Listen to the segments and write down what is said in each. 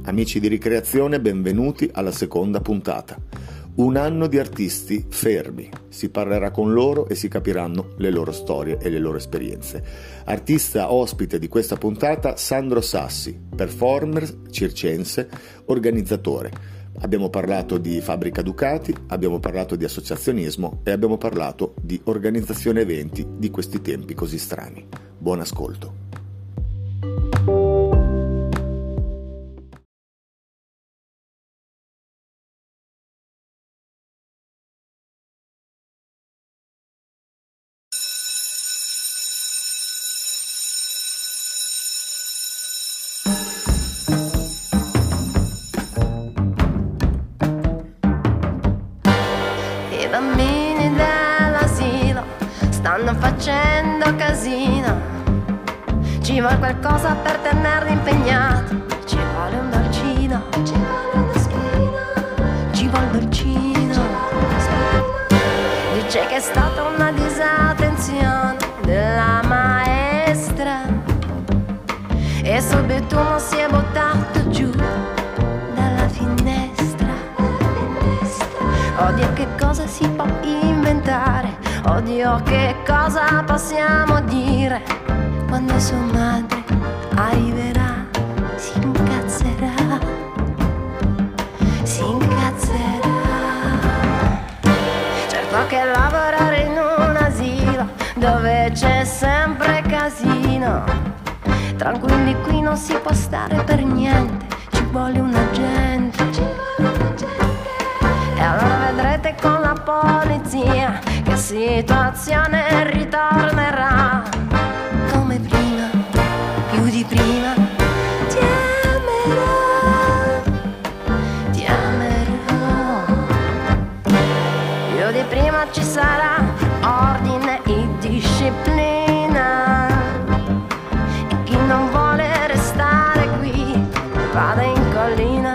Amici di Ricreazione, benvenuti alla seconda puntata. Un anno di artisti fermi, si parlerà con loro e si capiranno le loro storie e le loro esperienze. Artista ospite di questa puntata Sandro Sassi, performer circense, organizzatore. Abbiamo parlato di Fabbrica Ducati, abbiamo parlato di associazionismo e abbiamo parlato di organizzazione eventi di questi tempi così strani. Buon ascolto. Facendo casino, ci vuole qualcosa per tenerli impegnati, ci vuole un dolcino, ci vuole una spina, ci vuole un dolcino, dice che è stata una disattenzione della maestra e subito uno si è buttato giù dalla finestra. Oddio, che cosa si può inventare, oddio, che cosa possiamo dire quando sua madre arriverà, si incazzerà, si incazzerà. Certo che lavorare in un asilo dove c'è sempre casino, tranquilli qui non si può stare per niente, ci vuole un agente, e allora vedrete con la polizia che situazione ritornerà come prima, più di prima. Ti amerò, ti amerò. Più di prima ci sarà ordine e disciplina, e chi non vuole restare qui vada in collina.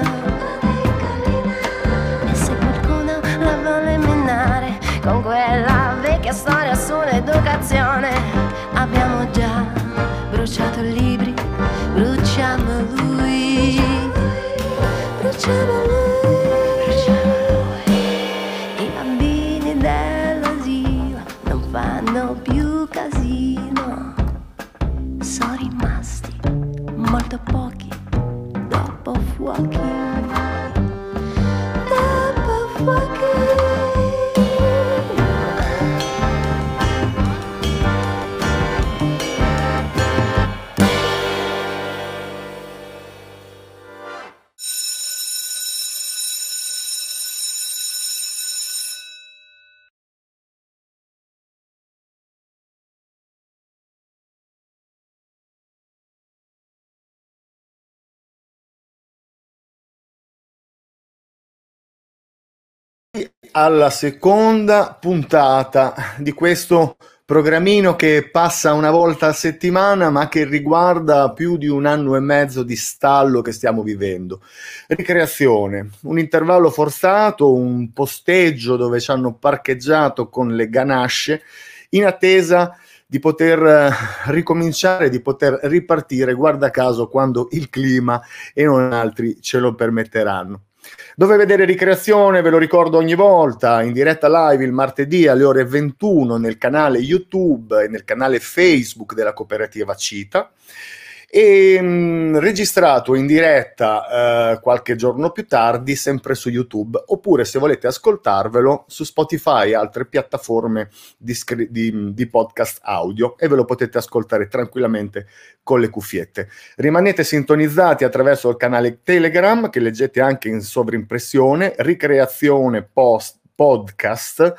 Con quella vecchia storia sull'educazione abbiamo già bruciato libri, bruciamo lui, bruciamo lui, bruciamo lui. I bambini dell'asilo non fanno più casino, sono rimasti molto pochi dopo fuochi, dopo fuochi. Alla seconda puntata di questo programmino che passa una volta a settimana ma che riguarda più di un anno e mezzo di stallo che stiamo vivendo. Ricreazione, un intervallo forzato, un posteggio dove ci hanno parcheggiato con le ganasce in attesa di poter ricominciare, di poter ripartire, guarda caso, quando il clima e non altri ce lo permetteranno. Dove vedere Ricreazione, ve lo ricordo ogni volta, in diretta live il martedì alle ore 21 nel canale YouTube e nel canale Facebook della cooperativa Cita, e registrato in diretta qualche giorno più tardi sempre su YouTube, oppure se volete ascoltarvelo su Spotify e altre piattaforme di podcast audio, e ve lo potete ascoltare tranquillamente con le cuffiette. Rimanete sintonizzati attraverso il canale Telegram, che leggete anche in sovrimpressione, Ricreazione Podcast,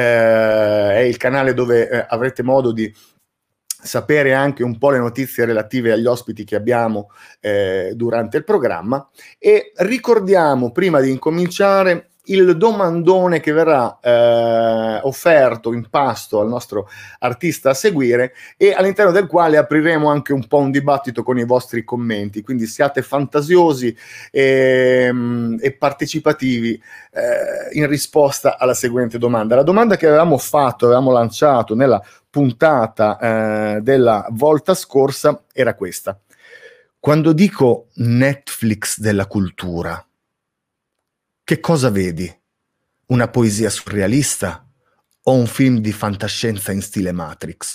è il canale dove avrete modo di sapere anche un po' le notizie relative agli ospiti che abbiamo durante il programma. E ricordiamo, prima di incominciare, il domandone che verrà offerto in pasto al nostro artista a seguire, e all'interno del quale apriremo anche un po' un dibattito con i vostri commenti, quindi siate fantasiosi e partecipativi in risposta alla seguente domanda. La domanda che avevamo lanciato nella puntata della volta scorsa era questa: Quando dico Netflix della cultura, che cosa vedi? Una poesia surrealista o un film di fantascienza in stile Matrix?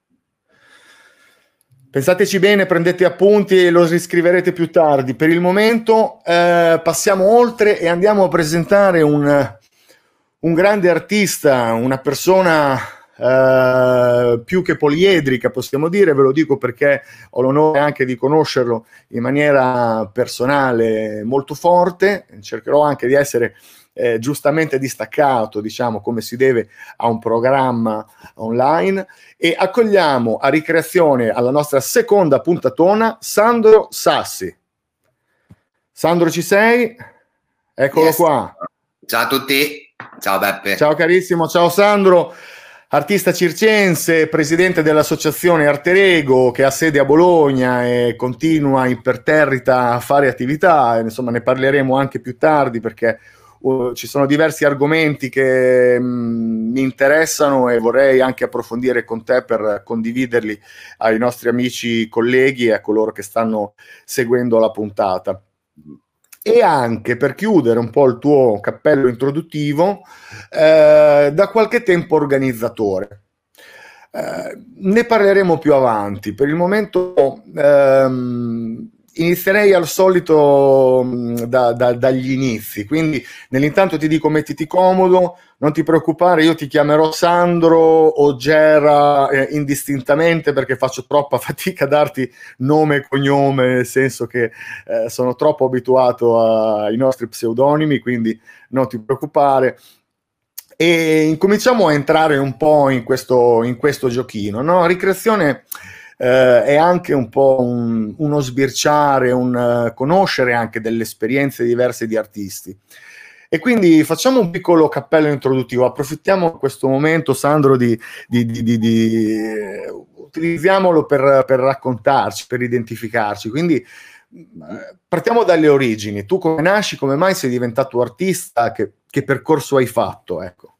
Pensateci bene, prendete appunti e lo riscriverete più tardi. Per il momento passiamo oltre e andiamo a presentare un grande artista, una persona più che poliedrica, possiamo dire. Ve lo dico perché ho l'onore anche di conoscerlo in maniera personale molto forte. Cercherò anche di essere giustamente distaccato, diciamo, come si deve a un programma online, e accogliamo a ricreazione alla nostra seconda puntatona Sandro Sassi. Sandro, ci sei? Eccolo qua. Ciao a tutti, ciao Beppe. Ciao carissimo, ciao Sandro, artista circense, presidente dell'associazione Arterego che ha sede a Bologna e continua imperterrita a fare attività. Insomma, ne parleremo anche più tardi perché ci sono diversi argomenti che mi interessano e vorrei anche approfondire con te per condividerli ai nostri amici, colleghi e a coloro che stanno seguendo la puntata. E anche per chiudere un po' il tuo cappello introduttivo, da qualche tempo organizzatore. Ne parleremo più avanti. Per il momento inizierei al solito dagli inizi, quindi nell'intanto ti dico mettiti comodo, non ti preoccupare, io ti chiamerò Sandro o Gera indistintamente perché faccio troppa fatica a darti nome e cognome, nel senso che sono troppo abituato ai nostri pseudonimi, quindi non ti preoccupare. E incominciamo a entrare un po' in questo giochino, no? Ricreazione è anche un po' uno sbirciare, un conoscere anche delle esperienze diverse di artisti. E quindi facciamo un piccolo cappello introduttivo, approfittiamo di questo momento, Sandro, utilizziamolo per raccontarci, per identificarci. Quindi partiamo dalle origini. Tu come nasci, come mai sei diventato artista, che percorso hai fatto? Ecco.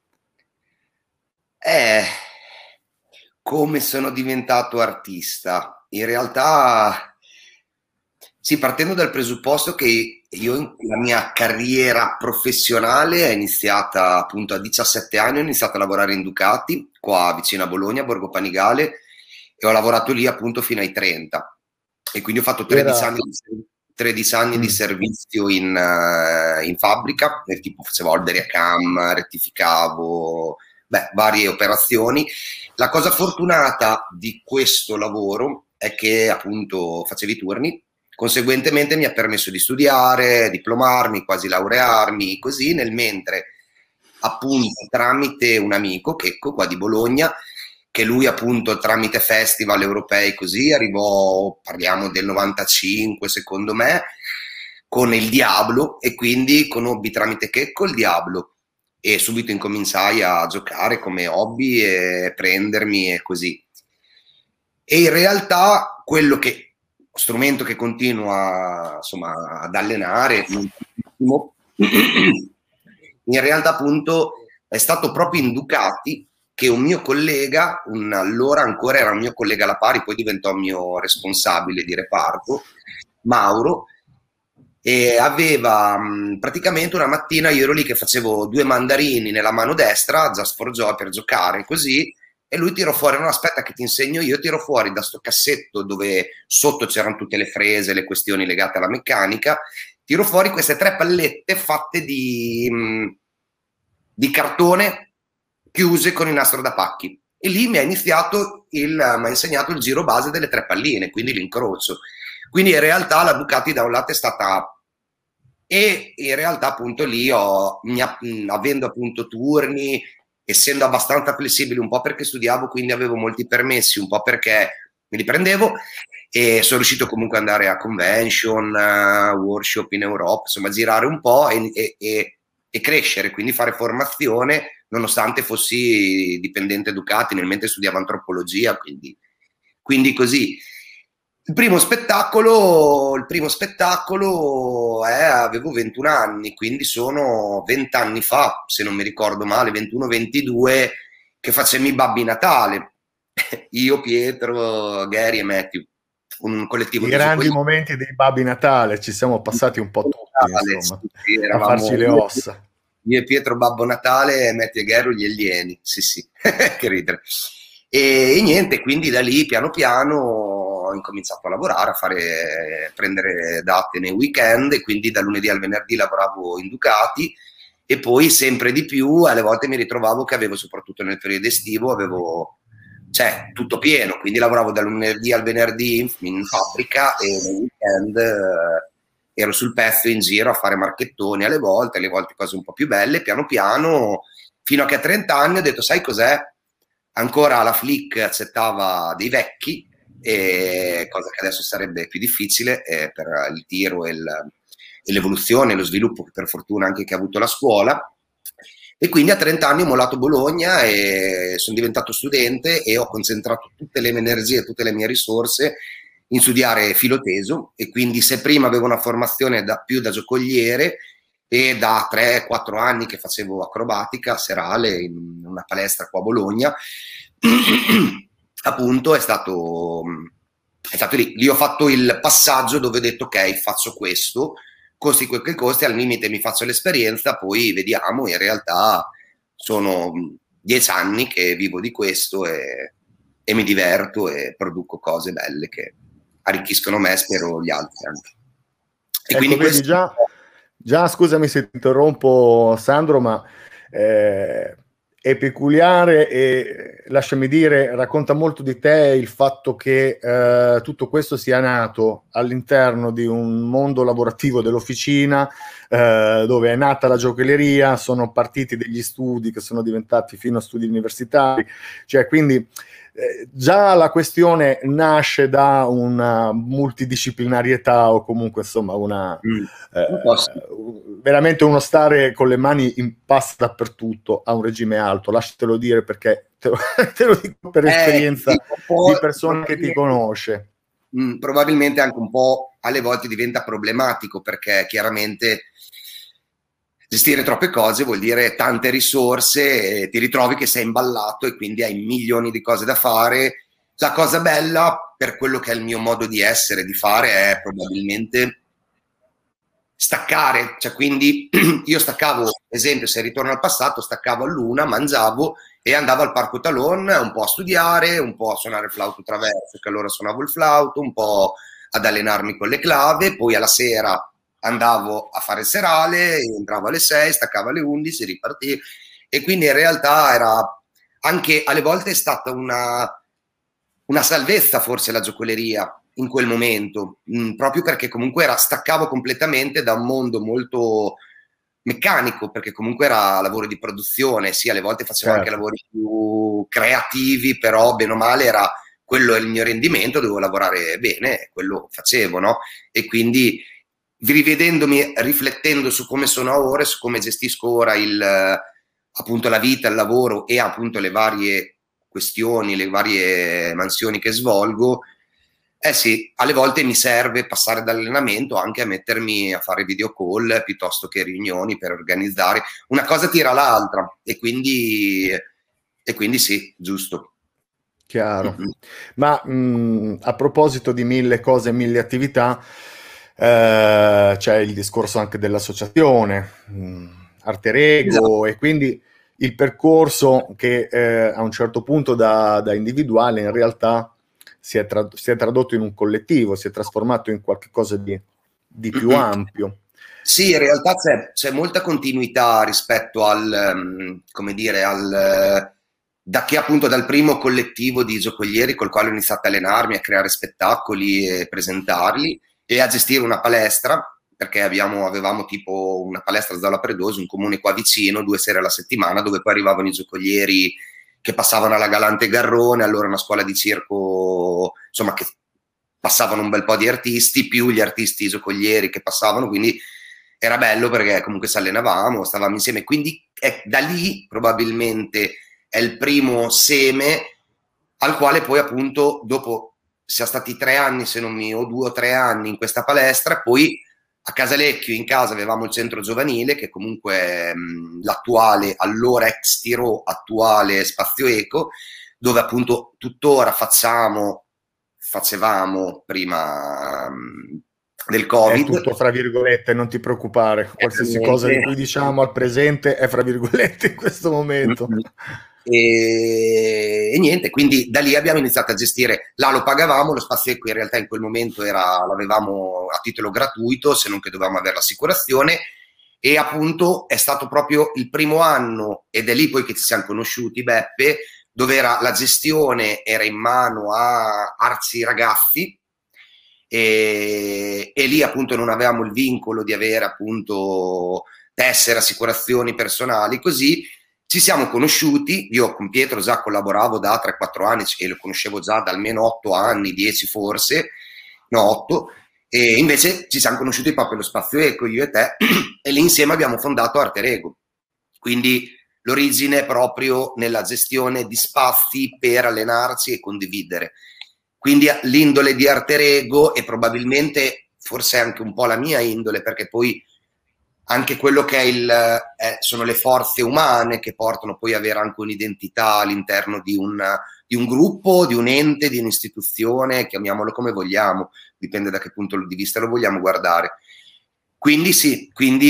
Come sono diventato artista? In realtà, sì, partendo dal presupposto che la mia carriera professionale è iniziata appunto a 17 anni, ho iniziato a lavorare in Ducati, qua vicino a Bologna, Borgo Panigale, e ho lavorato lì appunto fino ai 30. E quindi ho fatto 13 anni di servizio in fabbrica, tipo facevo Holder a cam, rettificavo, varie operazioni. La cosa fortunata di questo lavoro è che appunto facevi turni, conseguentemente mi ha permesso di studiare, diplomarmi, quasi laurearmi, così, nel mentre appunto tramite un amico, Checco, qua di Bologna, che lui appunto tramite festival europei così arrivò, parliamo del 95 secondo me, con il Diablo, e quindi conobbi tramite Checco il Diablo e subito incominciai a giocare come hobby e prendermi e così. E in realtà strumento che continuo ad allenare, in realtà appunto è stato proprio in Ducati che un mio collega, allora ancora era un mio collega alla pari, poi diventò mio responsabile di reparto, Mauro, e aveva praticamente una mattina, io ero lì che facevo 2 mandarini nella mano destra, Just for Joy, per giocare così, e lui tirò fuori, no, aspetta che ti insegno io, tiro fuori da sto cassetto dove sotto c'erano tutte le frese, le questioni legate alla meccanica, tiro fuori queste 3 pallette fatte di cartone chiuse con il nastro da pacchi, e lì mi ha insegnato il giro base delle 3 palline, quindi l'incrocio. Quindi in realtà la Ducati da un lato è stata, e in realtà appunto lì avendo appunto turni, essendo abbastanza flessibile, un po' perché studiavo, quindi avevo molti permessi, un po' perché me li prendevo, e sono riuscito comunque ad andare a convention, workshop in Europa, insomma girare un po' e crescere, quindi fare formazione, nonostante fossi dipendente Ducati, nel mentre studiavo antropologia, quindi così. Il primo spettacolo avevo 21 anni, quindi sono 20 anni fa, se non mi ricordo male, 21-22, che facemmo i Babbi Natale, io, Pietro, Gary e Matthew. un collettivo I di grandi esocoglieri. momenti dei Babbi Natale, ci siamo passati un po' tutti, insomma, Sì, a farci le ossa. io e Pietro Babbo Natale, Metti e Gheru gli alieni, sì sì, che ridere. E niente, quindi da lì piano piano ho incominciato a lavorare, prendere date nei weekend, e quindi da lunedì al venerdì lavoravo in Ducati, e poi sempre di più alle volte mi ritrovavo che avevo, soprattutto nel periodo estivo, avevo, cioè, tutto pieno, quindi lavoravo dal lunedì al venerdì in fabbrica, e nel weekend ero sul pezzo in giro a fare marchettoni alle volte cose un po' più belle, piano piano, fino a che a 30 anni ho detto, sai cos'è? Ancora la Flick accettava dei vecchi, cosa che adesso sarebbe più difficile per il tiro e l'evoluzione e lo sviluppo, per fortuna anche che ha avuto la scuola. E quindi a 30 anni ho mollato Bologna e sono diventato studente, e ho concentrato tutte le mie energie, tutte le mie risorse in studiare filoteso. E quindi, se prima avevo una formazione più da giocoliere, e da 3-4 anni che facevo acrobatica serale in una palestra qua a Bologna, appunto è stato lì. Lì ho fatto il passaggio dove ho detto ok, faccio questo, costi quel che costi, al limite mi faccio l'esperienza, poi vediamo. In realtà sono 10 anni che vivo di questo, e mi diverto e produco cose belle che arricchiscono me, spero gli altri anche. E Ecco, quindi vedi, questo... già scusami se ti interrompo, Sandro, ma è peculiare e, lasciami dire, racconta molto di te il fatto che tutto questo sia nato all'interno di un mondo lavorativo dell'officina, dove è nata la giocheria, sono partiti degli studi che sono diventati fino a studi universitari, cioè quindi già la questione nasce da una multidisciplinarietà, o comunque insomma veramente uno stare con le mani in pasta dappertutto a un regime alto. Lasciatelo dire, perché te lo dico per esperienza di persone che ti conosce. Probabilmente anche un po' alle volte diventa problematico, perché chiaramente gestire troppe cose vuol dire tante risorse, e ti ritrovi che sei imballato e quindi hai milioni di cose da fare. La cosa bella, per quello che è il mio modo di essere, di fare, è probabilmente staccare. Cioè, quindi io staccavo, esempio, se ritorno al passato, staccavo all'1, mangiavo e andavo al Parco Talon un po' a studiare, un po' a suonare il flauto traverso, che allora suonavo il flauto, un po' ad allenarmi con le clave, poi alla sera andavo a fare il serale, entravo alle 6, staccavo alle 11, ripartivo. E quindi in realtà era anche, alle volte è stata una salvezza forse la giocoleria in quel momento, proprio perché comunque staccavo completamente da un mondo molto meccanico, perché comunque era lavoro di produzione, sì, alle volte facevo anche lavori più creativi, però bene o male era quello, è il mio rendimento, dovevo lavorare bene, quello facevo, no? E quindi, rivedendomi, riflettendo su come sono ora, su come gestisco ora appunto la vita, il lavoro e appunto le varie questioni, le varie mansioni che svolgo, sì, alle volte mi serve passare dall'allenamento anche a mettermi a fare video call piuttosto che riunioni per organizzare. Una cosa tira l'altra, e quindi sì, giusto. Chiaro. Ma a proposito di 1000 cose, 1000 attività, c'è il discorso anche dell'associazione, Arte Rego, e quindi il percorso che a un certo punto da individuale in realtà si è tradotto in un collettivo, si è trasformato in qualcosa di più ampio. Sì, in realtà c'è molta continuità rispetto come dire, da che appunto dal primo collettivo di giocolieri col quale ho iniziato a allenarmi, a creare spettacoli e presentarli, e a gestire una palestra, perché avevamo tipo una palestra a Zola Predoso, un comune qua vicino, 2 sere alla settimana, dove poi arrivavano i giocolieri che passavano alla Galante Garrone, allora una scuola di circo, insomma, che passavano un bel po' di artisti, più gli artisti giocolieri che passavano, quindi era bello perché comunque ci allenavamo, stavamo insieme. Quindi da lì probabilmente è il primo seme al quale poi appunto dopo siamo stati 3 anni, se non mi, o 2 o 3 anni in questa palestra, poi a Casalecchio in casa avevamo il centro giovanile, che comunque è l'attuale, allora ex Tiro, attuale Spazio Eco, dove appunto tuttora facciamo facevamo prima del Covid. È tutto fra virgolette, non ti preoccupare, qualsiasi cosa di cui diciamo al presente è fra virgolette in questo momento. E niente, quindi da lì abbiamo iniziato a gestire, là lo pagavamo, lo spazio equo in realtà in quel momento l'avevamo a titolo gratuito, se non che dovevamo avere l'assicurazione, e appunto è stato proprio il primo anno, ed è lì poi che ci siamo conosciuti, Beppe, dove la gestione era in mano a Arzi Ragazzi, e lì appunto non avevamo il vincolo di avere appunto tessere, assicurazioni personali, così ci siamo conosciuti. Io con Pietro già collaboravo da 3-4 anni e lo conoscevo già da almeno 8 anni, 10 forse, no 8, e invece ci siamo conosciuti proprio allo Spazio Eco, io e te, e lì insieme abbiamo fondato Alter Ego. Quindi l'origine è proprio nella gestione di spazi per allenarci e condividere. Quindi l'indole di Alter Ego, e probabilmente forse anche un po' la mia indole, perché poi anche quello che è sono le forze umane che portano poi ad avere anche un'identità all'interno di un gruppo, di un ente, di un'istituzione, chiamiamolo come vogliamo, dipende da che punto di vista lo vogliamo guardare. Quindi sì,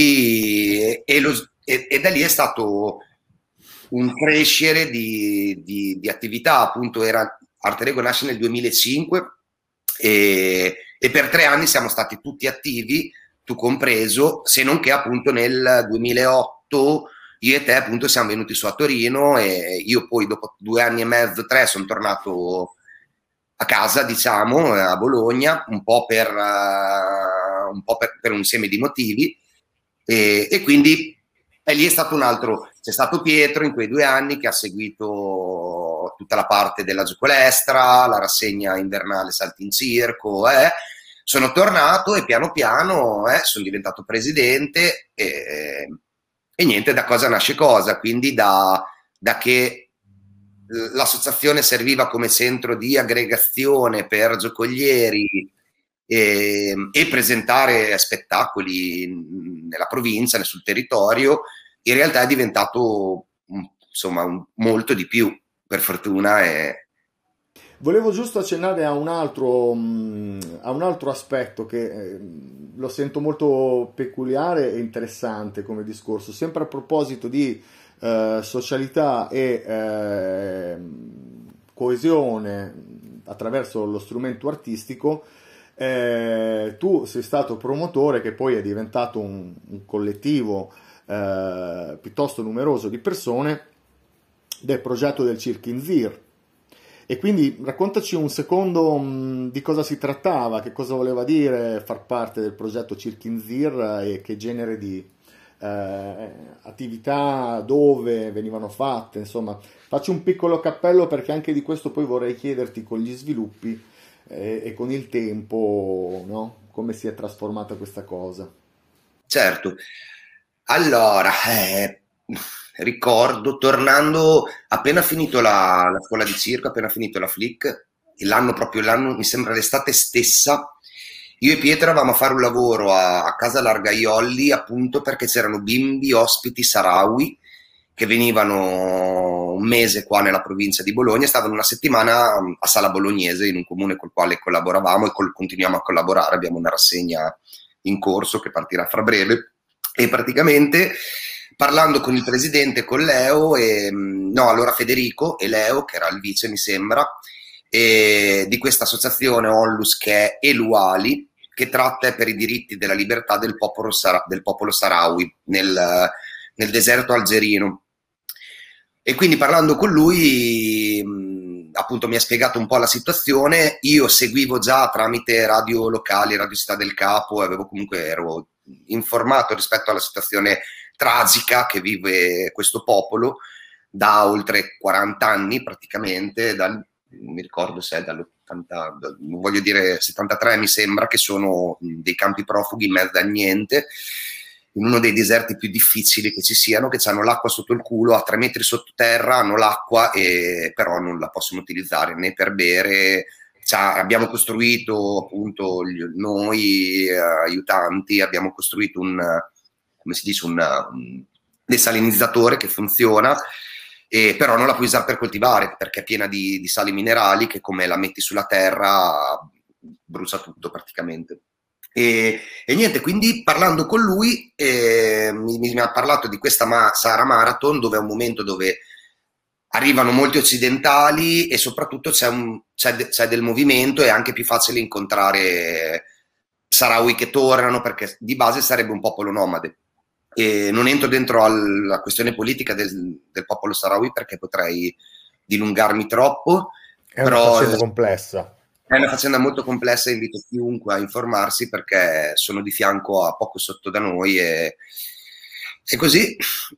e da lì è stato un crescere di attività, appunto Alter Ego nasce nel 2005 e per 3 anni siamo stati tutti attivi, tu compreso, se non che appunto nel 2008 io e te appunto siamo venuti su a Torino, e io poi dopo 2 anni e mezzo, 3, sono tornato a casa, diciamo, a Bologna, un po' per un insieme di motivi, e quindi lì è stato un altro, c'è stato Pietro in quei 2 anni che ha seguito tutta la parte della giocalestra, la rassegna invernale Salti in Circo, sono tornato e piano piano sono diventato presidente, e niente, da cosa nasce cosa, quindi da che l'associazione serviva come centro di aggregazione per giocolieri e presentare spettacoli nella provincia, sul territorio, in realtà è diventato insomma molto di più, per fortuna. Volevo giusto accennare a un altro aspetto che lo sento molto peculiare e interessante come discorso, sempre a proposito di socialità e coesione attraverso lo strumento artistico. Tu sei stato promotore, che poi è diventato un collettivo piuttosto numeroso di persone, del progetto del Cirkinzir. E quindi raccontaci un secondo di cosa si trattava, che cosa voleva dire far parte del progetto Cirkinzir e che genere di attività, dove venivano fatte, insomma. Faccio un piccolo cappello, perché anche di questo poi vorrei chiederti, con gli sviluppi e con il tempo, no? Come si è trasformata questa cosa. Certo, allora ricordo, tornando, appena finito la scuola di circo, appena finito la Flick, l'anno, mi sembra l'estate stessa, io e Pietro eravamo a fare un lavoro a casa Largaiolli, appunto perché c'erano bimbi ospiti saharawi che venivano un mese qua nella provincia di Bologna, stavano una settimana a Sala Bolognese, in un comune col quale collaboravamo e continuiamo a collaborare. Abbiamo una rassegna in corso che partirà fra breve, e praticamente parlando con il presidente, con Leo, allora Federico e Leo, che era il vice mi sembra, di questa associazione Onlus, che è Eluali, che tratta per i diritti della libertà del popolo saharawi nel deserto algerino. E quindi parlando con lui, appunto mi ha spiegato un po' la situazione. Io seguivo già tramite radio locali, Radio Città del Capo, ero informato rispetto alla situazione tragica che vive questo popolo da oltre 40 anni praticamente, non mi ricordo se è dall'80, non voglio dire 73 mi sembra, che sono dei campi profughi in mezzo a niente, in uno dei deserti più difficili che ci siano, che hanno l'acqua sotto il culo, a 3 metri sottoterra hanno l'acqua, però non la possono utilizzare né per bere. Abbiamo costruito, appunto, noi aiutanti, abbiamo costruito un desalinizzatore che funziona, però non la puoi usare per coltivare perché è piena di sali minerali che come la metti sulla terra brucia tutto praticamente. E niente, quindi parlando con lui mi ha parlato di questa Sahara Marathon, dove è un momento dove arrivano molti occidentali e soprattutto c'è del movimento, e è anche più facile incontrare saharawi che tornano, perché di base sarebbe un popolo nomade. E non entro dentro alla questione politica del popolo saharawi perché potrei dilungarmi troppo. È una faccenda complessa. È una faccenda molto complessa e invito chiunque a informarsi perché sono di fianco a poco sotto da noi e così.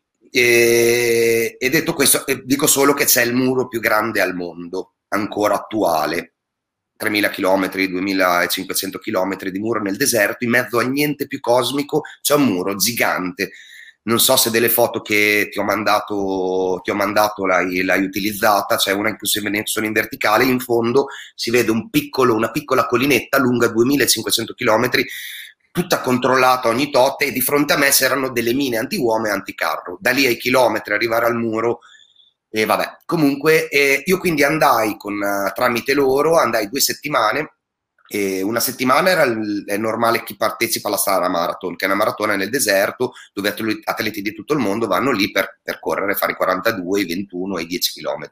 E detto questo, dico solo che c'è il muro più grande al mondo, ancora attuale, 3.000 km, 2.500 km di muro nel deserto, in mezzo a niente più cosmico c'è un muro gigante. Non so se delle foto che ti ho mandato l'hai utilizzata, c'è una in cui sono in verticale, in fondo si vede una piccola collinetta lunga 2.500 km, tutta controllata ogni tot, e di fronte a me c'erano delle mine anti-uomo e anticarro. Da lì ai chilometri arrivare al muro, e vabbè. Comunque io quindi andai tramite loro, andai 2 settimane, e una settimana è normale chi partecipa alla Sahara Marathon, che è una maratona nel deserto dove atleti di tutto il mondo vanno lì per correre, fare i 42, i 21 e i 10 km.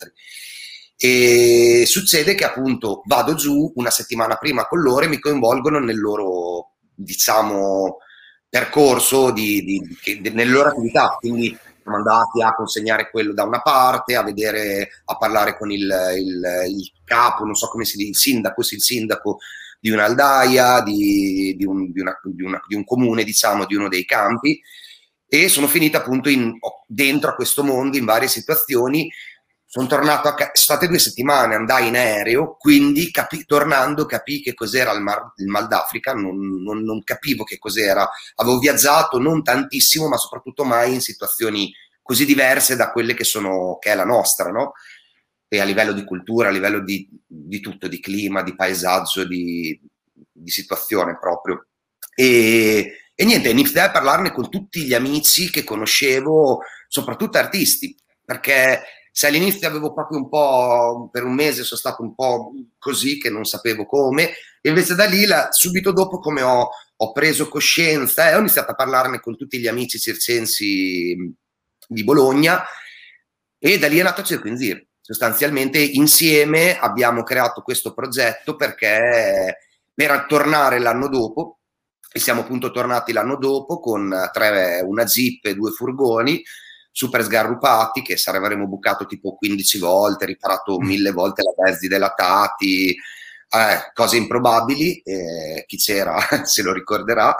E succede che appunto vado giù una settimana prima con loro e mi coinvolgono nel loro, diciamo, percorso nelle loro attività, quindi siamo andati a consegnare quello da una parte, a parlare con il capo, non so come si dice, il sindaco di un'aldaia, di un comune, diciamo, di uno dei campi, e sono finita appunto dentro a questo mondo in varie situazioni. Sono tornato sono state 2 settimane, andai in aereo, quindi tornando capii che cos'era il Mal d'Africa, non capivo che cos'era. Avevo viaggiato non tantissimo, ma soprattutto mai in situazioni così diverse da quelle che è la nostra, no? E a livello di cultura, a livello di tutto, di clima, di paesaggio, di situazione proprio. E niente, iniziai a parlarne con tutti gli amici che conoscevo, soprattutto artisti, perché se all'inizio avevo proprio un po', per un mese sono stato un po' così, che non sapevo come, e invece da lì, subito dopo, come ho preso coscienza e ho iniziato a parlarne con tutti gli amici circensi di Bologna, e da lì è nato Circo Inzir. Sostanzialmente insieme abbiamo creato questo progetto perché per tornare l'anno dopo, e siamo appunto tornati l'anno dopo con una jeep e 2 furgoni super sgarrupati, che saremmo bucato tipo 15 volte, riparato 1000 volte la mezzi delatati, cose improbabili, chi c'era se lo ricorderà.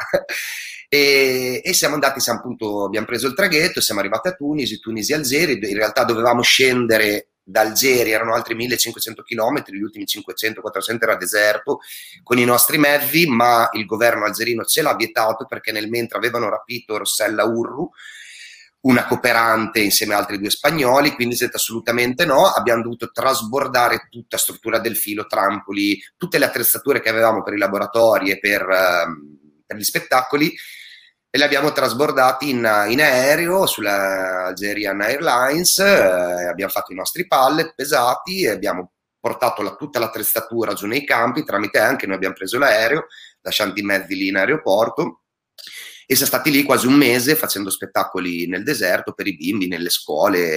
E siamo andati, abbiamo preso il traghetto, siamo arrivati a Tunisi, Algeri. In realtà dovevamo scendere da Algeri, erano altri 1500 km, gli ultimi 500-400 era deserto, con i nostri mezzi, ma il governo algerino ce l'ha vietato perché mentre avevano rapito Rossella Urru, una cooperante insieme a altri 2 spagnoli, quindi assolutamente no. Abbiamo dovuto trasbordare tutta struttura del filo, trampoli, tutte le attrezzature che avevamo per i laboratori e per gli spettacoli, e li abbiamo trasbordati in aereo sulla Algerian Airlines. Abbiamo fatto i nostri pallet pesati e abbiamo portato tutta l'attrezzatura giù nei campi, tramite anche noi abbiamo preso l'aereo, lasciando i mezzi lì in aeroporto, e siamo stati lì quasi un mese facendo spettacoli nel deserto per i bimbi, nelle scuole,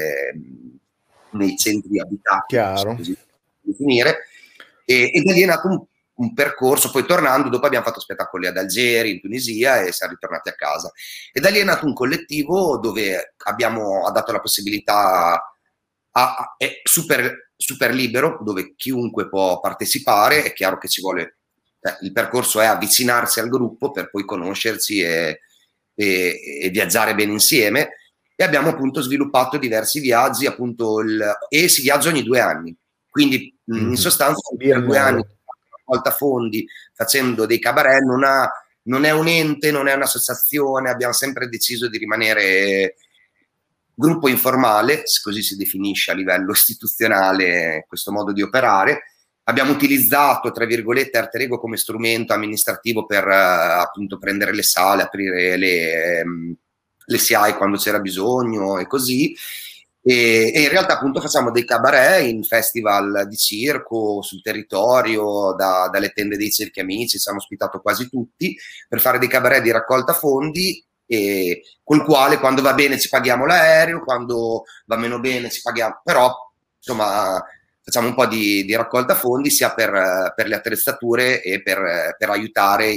nei centri abitati, così definire. E da lì è nato un percorso. Poi tornando, dopo abbiamo fatto spettacoli ad Algeri, in Tunisia, e siamo ritornati a casa. E da lì è nato un collettivo dove ha dato la possibilità è super libero, dove chiunque può partecipare. È chiaro che ci vuole, il percorso è avvicinarsi al gruppo per poi conoscersi e viaggiare bene insieme, e abbiamo appunto sviluppato diversi viaggi, e si viaggia ogni 2 anni, quindi in sostanza per 2 anni raccolta fondi facendo dei cabaret. Non è un ente, non è un'associazione, abbiamo sempre deciso di rimanere gruppo informale, così si definisce a livello istituzionale questo modo di operare. Abbiamo utilizzato, tra virgolette, Arte Rego come strumento amministrativo per appunto prendere le sale, aprire le SIAE quando c'era bisogno e così. E in realtà appunto facciamo dei cabaret in festival di circo sul territorio, dalle tende dei circhi amici, ci hanno ospitato quasi tutti per fare dei cabaret di raccolta fondi, e col quale quando va bene ci paghiamo l'aereo, quando va meno bene ci paghiamo, però insomma facciamo un po' di raccolta fondi sia per le attrezzature e per aiutare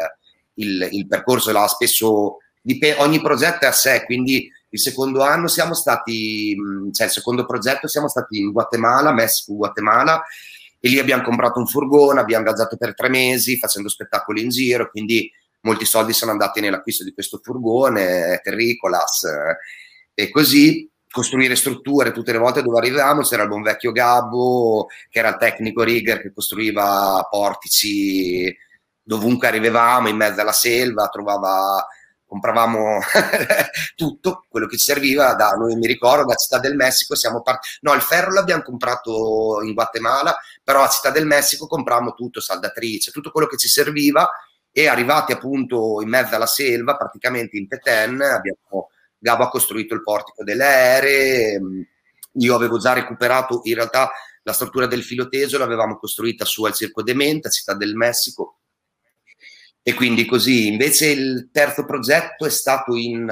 il percorso. Là spesso ogni progetto è a sé, quindi il secondo anno siamo stati, cioè il secondo progetto siamo stati in Guatemala, Messico, Guatemala, e lì abbiamo comprato un furgone, abbiamo viaggiato per 3 mesi facendo spettacoli in giro, quindi molti soldi sono andati nell'acquisto di questo furgone, terricolas, e così costruire strutture tutte le volte dove arrivavamo. C'era il buon vecchio Gabbo, che era il tecnico rigger che costruiva portici dovunque arrivavamo, in mezzo alla selva, compravamo tutto quello che ci serviva. Noi mi ricordo da Città del Messico siamo partiti, no, il ferro l'abbiamo comprato in Guatemala, però a Città del Messico compravamo tutto, saldatrice, tutto quello che ci serviva, e arrivati appunto in mezzo alla selva, praticamente in Petén, Gabo ha costruito il portico delle aeree. Io avevo già recuperato in realtà la struttura del filo teso, l'avevamo costruita su al Circo de Mente, a Città del Messico. E quindi così. Invece il terzo progetto è stato in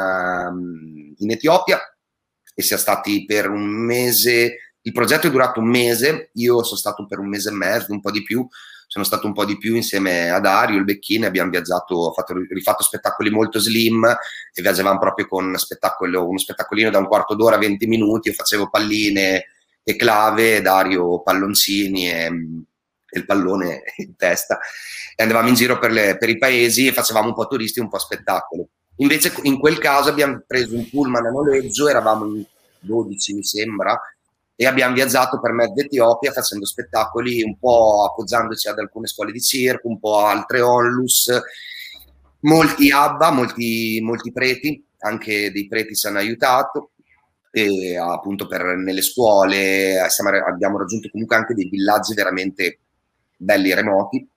Etiopia, e siamo stati per un mese. Il progetto è durato un mese, io sono stato per un mese e mezzo, un po' di più, sono stato un po' di più insieme a Dario, il Becchini, abbiamo viaggiato, rifatto spettacoli molto slim, e viaggiavamo proprio con uno spettacolino da un quarto d'ora, 20 minuti, io facevo palline e clave, Dario palloncini e il pallone in testa, e andavamo in giro per i paesi e facevamo un po' turisti, un po' spettacolo. Invece in quel caso abbiamo preso un pullman a noleggio, eravamo in 12 mi sembra, e abbiamo viaggiato per mezza Etiopia facendo spettacoli, un po' appoggiandoci ad alcune scuole di circo, un po' altre onlus, molti ABBA, molti preti, anche dei preti ci hanno aiutato, e appunto nelle scuole abbiamo raggiunto comunque anche dei villaggi veramente belli, remoti.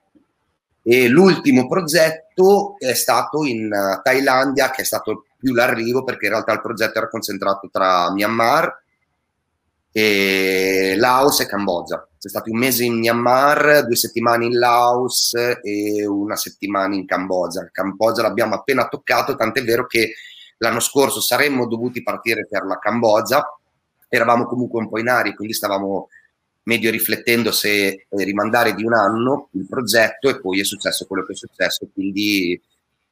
E l'ultimo progetto è stato in Thailandia, che è stato più l'arrivo, perché in realtà il progetto era concentrato tra Myanmar e Laos e Cambogia. C'è stato un mese in Myanmar, 2 settimane in Laos e una settimana in Cambogia. Il Cambogia l'abbiamo appena toccato, tant'è vero che l'anno scorso saremmo dovuti partire per la Cambogia, eravamo comunque un po' in aria, quindi stavamo medio riflettendo se rimandare di un anno il progetto, e poi è successo quello che è successo, quindi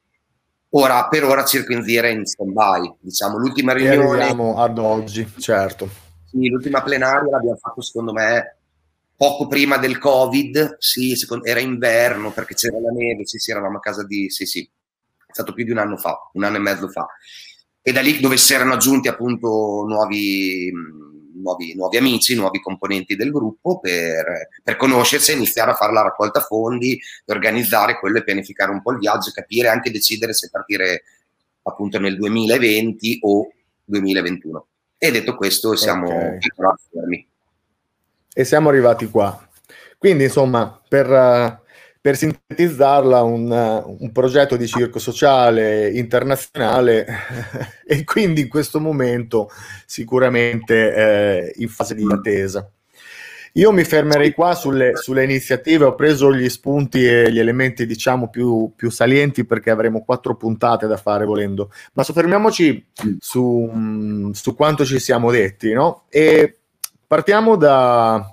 per ora Circo in Zira è in stand-by, diciamo. L'ultima riunione, arriviamo ad oggi, certo. Sì, l'ultima plenaria l'abbiamo fatto secondo me poco prima del Covid, sì, era inverno perché c'era la neve, sì, eravamo a casa sì, è stato più di un anno fa, un anno e mezzo fa, e da lì dove si erano aggiunti appunto nuovi amici, nuovi componenti del gruppo, per conoscersi e iniziare a fare la raccolta fondi, organizzare quello e pianificare un po' il viaggio, capire, anche decidere se partire appunto nel 2020 o 2021. E detto questo siamo fermi. E siamo arrivati qua. Quindi insomma, per sintetizzarla, un progetto di circo sociale internazionale e quindi in questo momento sicuramente in fase di attesa. Io mi fermerei qua sulle iniziative, ho preso gli spunti e gli elementi diciamo più salienti, perché avremo 4 puntate da fare volendo, ma soffermiamoci su quanto ci siamo detti, no? E partiamo da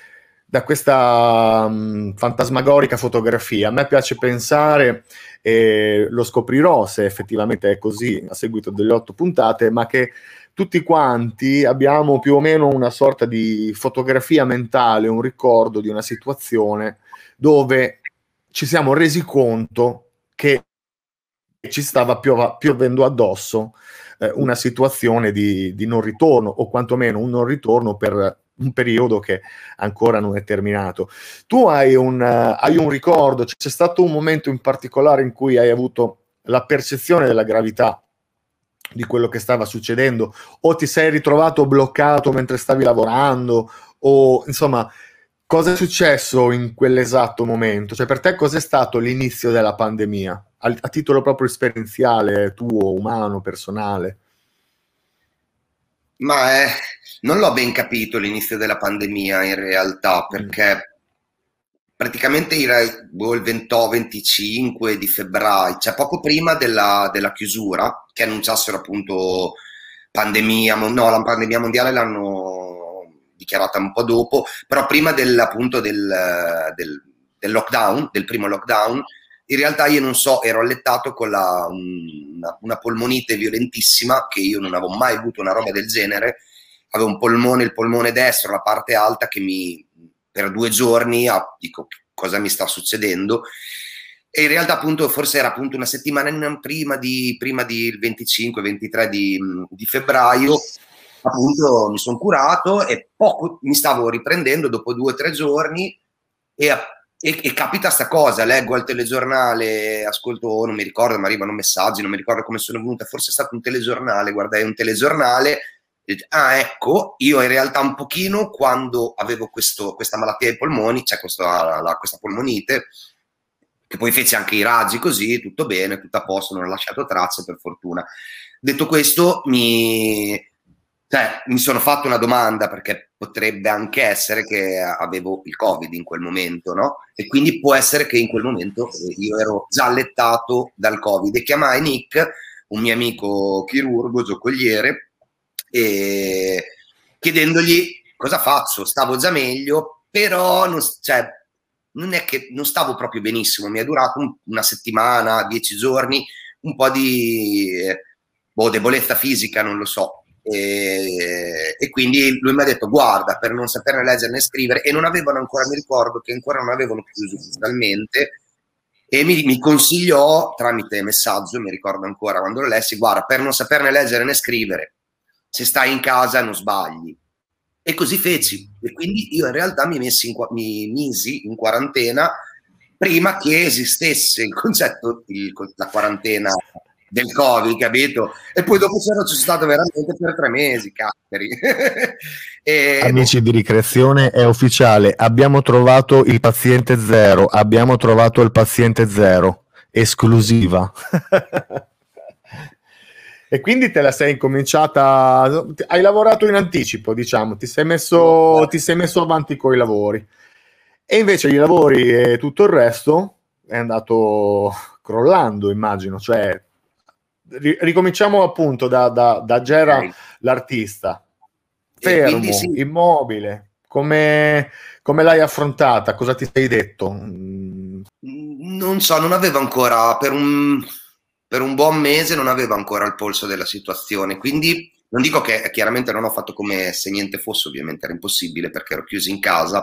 questa fantasmagorica fotografia. A me piace pensare, e lo scoprirò se effettivamente è così a seguito delle 8 puntate, ma che tutti quanti abbiamo più o meno una sorta di fotografia mentale, un ricordo di una situazione dove ci siamo resi conto che ci stava piovendo addosso una situazione di non ritorno, o quantomeno un non ritorno per un periodo che ancora non è terminato. Tu hai un ricordo, c'è stato un momento in particolare in cui hai avuto la percezione della gravità di quello che stava succedendo, o ti sei ritrovato bloccato mentre stavi lavorando, o insomma, cosa è successo in quell'esatto momento? Cioè, per te cos'è stato l'inizio della pandemia? A titolo proprio esperienziale, tuo, umano, personale? Ma non l'ho ben capito l'inizio della pandemia in realtà, perché praticamente era il 20-25 di febbraio, cioè poco prima della chiusura, che annunciassero appunto pandemia, no, la pandemia mondiale l'hanno dichiarata un po' dopo, però prima appunto del lockdown, del primo lockdown, in realtà io non so, ero allettato con una polmonite violentissima, che io non avevo mai avuto una roba del genere, avevo il polmone destro, la parte alta, che per 2 giorni dico cosa mi sta succedendo, e in realtà appunto forse era appunto una settimana prima del 25-23 di febbraio, appunto mi sono curato e poco mi stavo riprendendo dopo 2 o 3 giorni e capita sta cosa, leggo al telegiornale, ascolto, non mi ricordo, mi arrivano messaggi, non mi ricordo come sono venuta, forse è stato un telegiornale, guardai un telegiornale, ecco, io in realtà un pochino quando avevo questa malattia ai polmoni, cioè questa polmonite, che poi fece anche i raggi così, tutto bene, tutto a posto, non ho lasciato tracce per fortuna. Detto questo, mi sono fatto una domanda, perché potrebbe anche essere che avevo il Covid in quel momento, no? E quindi può essere che in quel momento io ero già allettato dal Covid, e chiamai Nick, un mio amico chirurgo, giocoliere, e chiedendogli cosa faccio. Stavo già meglio, però non è che non stavo proprio benissimo, mi è durato una settimana, 10 giorni, un po' di debolezza fisica, non lo so. E quindi lui mi ha detto: guarda, per non saperne leggere né scrivere, e non avevano ancora, mi ricordo che ancora non avevano chiuso ufficialmente, e mi consigliò tramite messaggio, mi ricordo ancora quando lo lessi: guarda, per non saperne leggere né scrivere, se stai in casa non sbagli. E così feci, e quindi io in realtà mi misi in quarantena prima che esistesse il concetto, la quarantena del Covid, capito? E poi dopo c'è stato veramente per 3 mesi, casperi. Amici di Ricreazione, è ufficiale, abbiamo trovato il paziente zero, esclusiva. E quindi te la sei incominciata, hai lavorato in anticipo, diciamo, ti sei messo avanti con i lavori, e invece i lavori e tutto il resto è andato crollando, immagino. Cioè, ricominciamo appunto da Gera, l'artista, fermo, quindi, sì, immobile, come l'hai affrontata? Cosa ti sei detto? Non so, non avevo ancora, per un buon mese non avevo ancora il polso della situazione, quindi non dico che chiaramente non ho fatto come se niente fosse, ovviamente era impossibile perché ero chiuso in casa,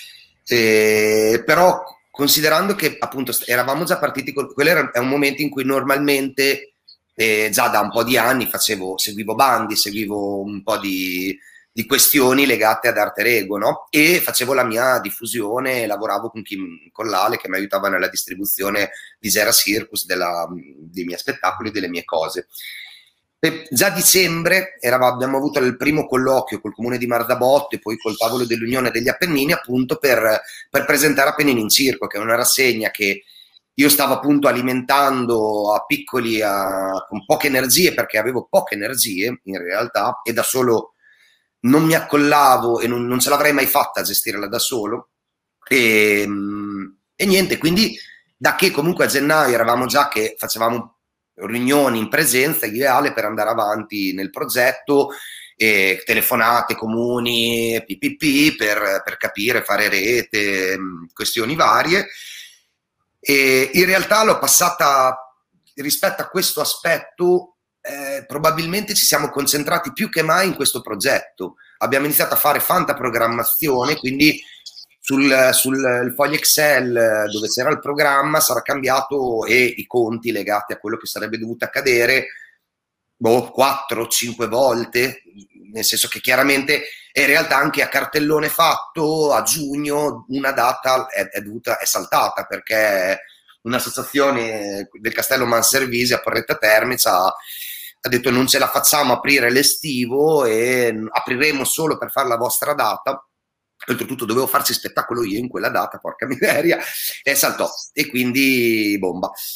però considerando che appunto eravamo già partiti, quello è un momento in cui normalmente già da un po' di anni seguivo bandi, seguivo un po' di questioni legate ad arte rego, no? E facevo la mia diffusione, lavoravo con l'Ale che mi aiutava nella distribuzione di Gera Circus, dei miei spettacoli, delle mie cose. E già a dicembre abbiamo avuto il primo colloquio col comune di Marzabotto e poi col tavolo dell'Unione degli Appennini, appunto per presentare Appennini in Circo, che è una rassegna che io stavo appunto alimentando a piccoli, con poche energie, perché avevo poche energie in realtà, e da solo non mi accollavo e non ce l'avrei mai fatta a gestirla da solo, e niente, quindi da che comunque a gennaio eravamo già che facevamo riunioni in presenza ideale per andare avanti nel progetto, telefonate comuni, PPP per capire, fare rete, questioni varie, e in realtà l'ho passata, rispetto a questo aspetto, probabilmente ci siamo concentrati più che mai in questo progetto. Abbiamo iniziato a fare fantaprogrammazione, quindi sul foglio Excel dove c'era il programma sarà cambiato, e i conti legati a quello che sarebbe dovuto accadere 4 o 5 volte, nel senso che chiaramente in realtà anche a cartellone fatto a giugno una data è saltata, perché un'associazione del Castello Manservisi a Porretta Terme ha detto: non ce la facciamo aprire l'estivo e apriremo solo per fare la vostra data. Oltretutto dovevo farci spettacolo io in quella data, porca miseria, e saltò, e quindi bomba.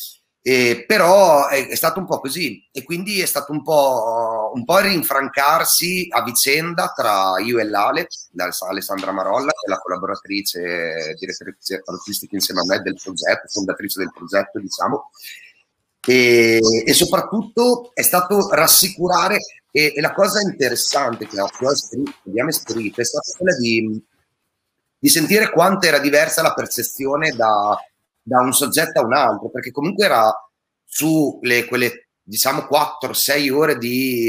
Però è stato un po' così, e quindi è stato un po' rinfrancarsi a vicenda tra io e Alessandra Marolla, che è la collaboratrice, direttrice artistica insieme a me del progetto, fondatrice del progetto, diciamo, e soprattutto è stato rassicurare, e la cosa interessante che abbiamo esperito è stata quella di sentire quanto era diversa la percezione da un soggetto a un altro, perché comunque era su quelle diciamo 4-6 ore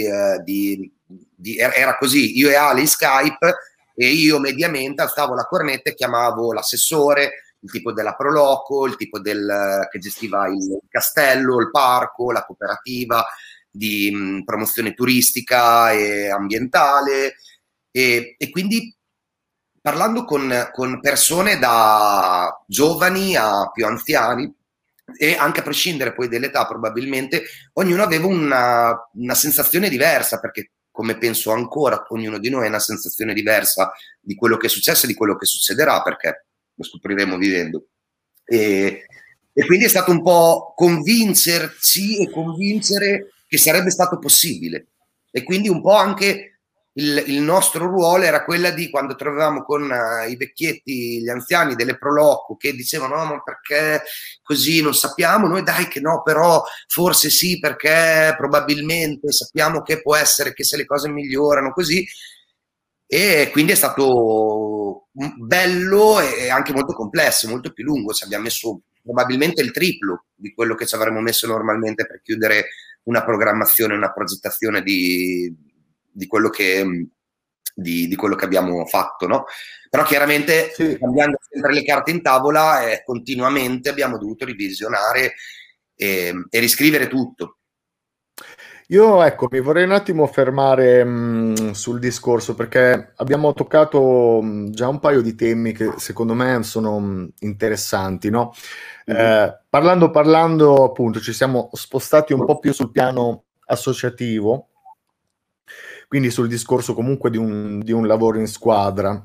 era così, io e Ali Skype, e io mediamente alzavo la cornetta e chiamavo l'assessore, il tipo della Proloco, il tipo che gestiva il castello, il parco, la cooperativa di promozione turistica e ambientale, e quindi parlando con persone da giovani a più anziani, e anche a prescindere poi dell'età probabilmente, ognuno aveva una sensazione diversa, perché come penso ancora ognuno di noi ha una sensazione diversa di quello che è successo e di quello che succederà, perché lo scopriremo vivendo. E quindi è stato un po' convincerci e convincere che sarebbe stato possibile, e quindi un po' anche il nostro ruolo era quella di, quando trovavamo con i vecchietti, gli anziani delle Proloco che dicevano no, ma perché così, non sappiamo, noi dai che no, però forse sì, perché probabilmente sappiamo che può essere che se le cose migliorano così. E quindi è stato bello e anche molto complesso, molto più lungo. Ci abbiamo messo probabilmente il triplo di quello che ci avremmo messo normalmente per chiudere una programmazione, una progettazione di quello che abbiamo fatto, no? Però chiaramente, sì, cambiando sempre le carte in tavola, continuamente abbiamo dovuto revisionare e riscrivere tutto. io ecco, mi vorrei un attimo fermare sul discorso, perché abbiamo toccato già un paio di temi che secondo me sono interessanti, no? Parlando appunto, ci siamo spostati un po' più sul piano associativo, quindi sul discorso comunque di un lavoro in squadra.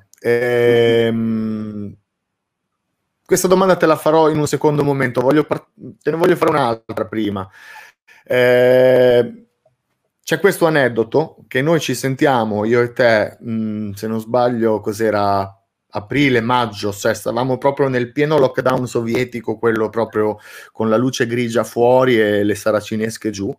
Questa domanda te la farò in un secondo momento, te ne voglio fare un'altra prima. C'è questo aneddoto che noi ci sentiamo, io e te, se non sbaglio, cos'era? Aprile, maggio, cioè stavamo proprio nel pieno lockdown sovietico, quello proprio con la luce grigia fuori e le saracinesche giù.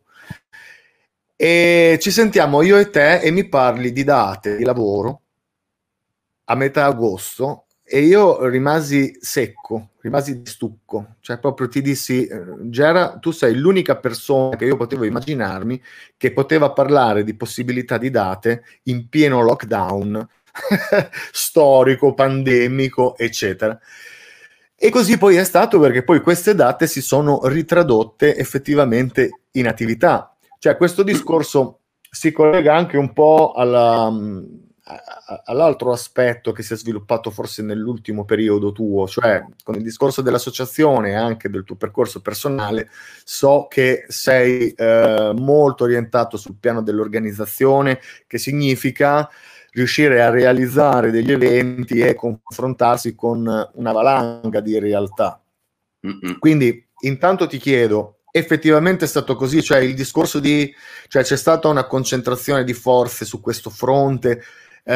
E ci sentiamo io e te e mi parli di date di lavoro a metà agosto e io rimasi secco, rimasi di stucco, cioè proprio ti dissi Gera, tu sei l'unica persona che io potevo immaginarmi che poteva parlare di possibilità di date in pieno lockdown storico, pandemico, eccetera. E così poi è stato, perché poi queste date si sono ritradotte effettivamente in attività. Cioè questo discorso si collega anche un po' all'altro aspetto che si è sviluppato forse nell'ultimo periodo tuo, cioè con il discorso dell'associazione e anche del tuo percorso personale. So che sei molto orientato sul piano dell'organizzazione, che significa riuscire a realizzare degli eventi e confrontarsi con una valanga di realtà. Quindi intanto ti chiedo, effettivamente è stato così? Cioè il discorso cioè c'è stata una concentrazione di forze su questo fronte?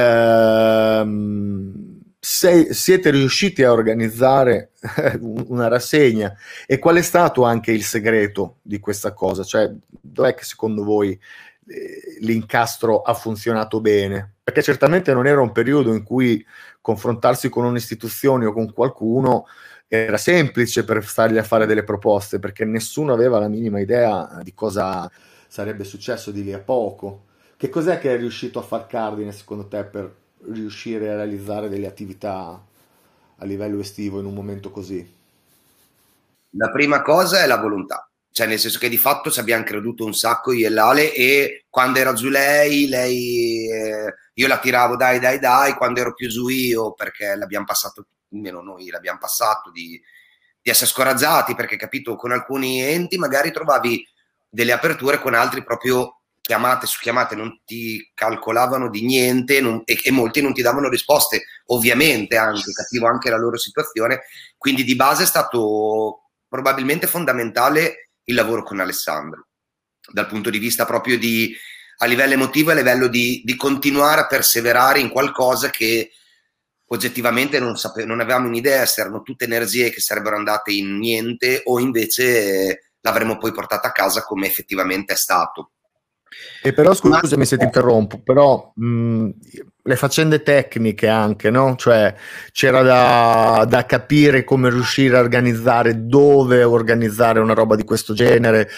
Siete riusciti a organizzare una rassegna? E qual è stato anche il segreto di questa cosa? Cioè dov'è che secondo voi l'incastro ha funzionato bene? Perché certamente non era un periodo in cui confrontarsi con un'istituzione o con qualcuno era semplice per stargli a fare delle proposte, perché nessuno aveva la minima idea di cosa sarebbe successo di lì a poco. Che cos'è che è riuscito a far cardine secondo te per riuscire a realizzare delle attività a livello estivo in un momento così? La prima cosa è la volontà, cioè nel senso che di fatto ci abbiamo creduto un sacco io e Lale, e quando era giù lei io la tiravo dai, quando ero più giù io, perché l'abbiamo passato, almeno noi l'abbiamo passato, di essere scoraggiati, perché capito, con alcuni enti magari trovavi delle aperture, con altri proprio chiamate su chiamate non ti calcolavano di niente, e molti non ti davano risposte, ovviamente anche, capivo anche la loro situazione, quindi di base è stato probabilmente fondamentale il lavoro con Alessandro, dal punto di vista proprio a livello emotivo e a livello di continuare a perseverare in qualcosa che oggettivamente non avevamo un'idea se erano tutte energie che sarebbero andate in niente o invece l'avremmo poi portata a casa come effettivamente è stato. E però scusami se ti interrompo, però le faccende tecniche anche, no? Cioè c'era da capire come riuscire a organizzare, dove organizzare una roba di questo genere.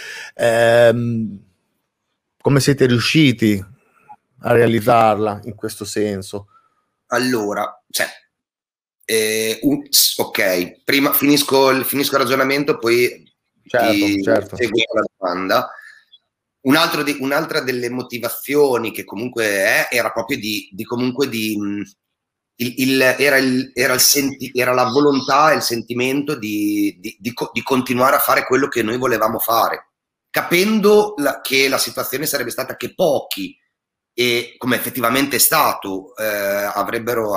Come siete riusciti a realizzarla in questo senso? Allora, ok, prima finisco il ragionamento, poi certo. seguo la domanda. Un'altra delle motivazioni che comunque era proprio era la volontà e il sentimento di continuare a fare quello che noi volevamo fare, capendo che la situazione sarebbe stata che pochi, e come effettivamente è stato, avrebbero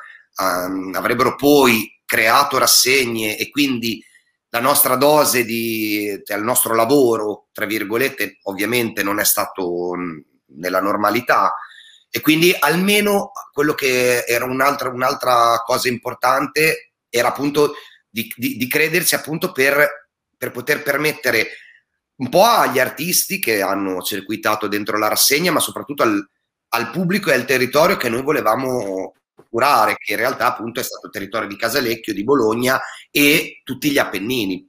poi creato rassegne, e quindi la nostra dose cioè il nostro lavoro, tra virgolette, ovviamente non è stato nella normalità, e quindi almeno quello che era un'altra cosa importante era appunto di crederci, appunto per poter permettere un po' agli artisti che hanno circuitato dentro la rassegna, ma soprattutto al pubblico e al territorio che noi volevamo curare, che in realtà appunto è stato il territorio di Casalecchio, di Bologna e tutti gli Appennini,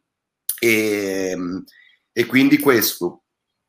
e quindi questo.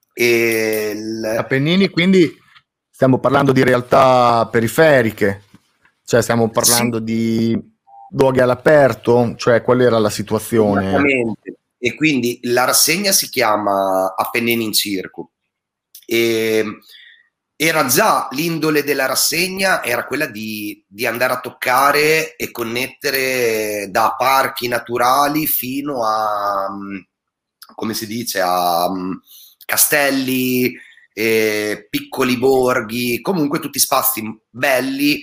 Appennini, quindi stiamo parlando di realtà periferiche, cioè stiamo parlando di luoghi all'aperto, cioè qual era la situazione? Esattamente. E quindi la rassegna si chiama Appennini in Circo, e era già l'indole della rassegna, era quella di andare a toccare e connettere da parchi naturali fino a, come si dice, a castelli, piccoli borghi, comunque tutti spazi belli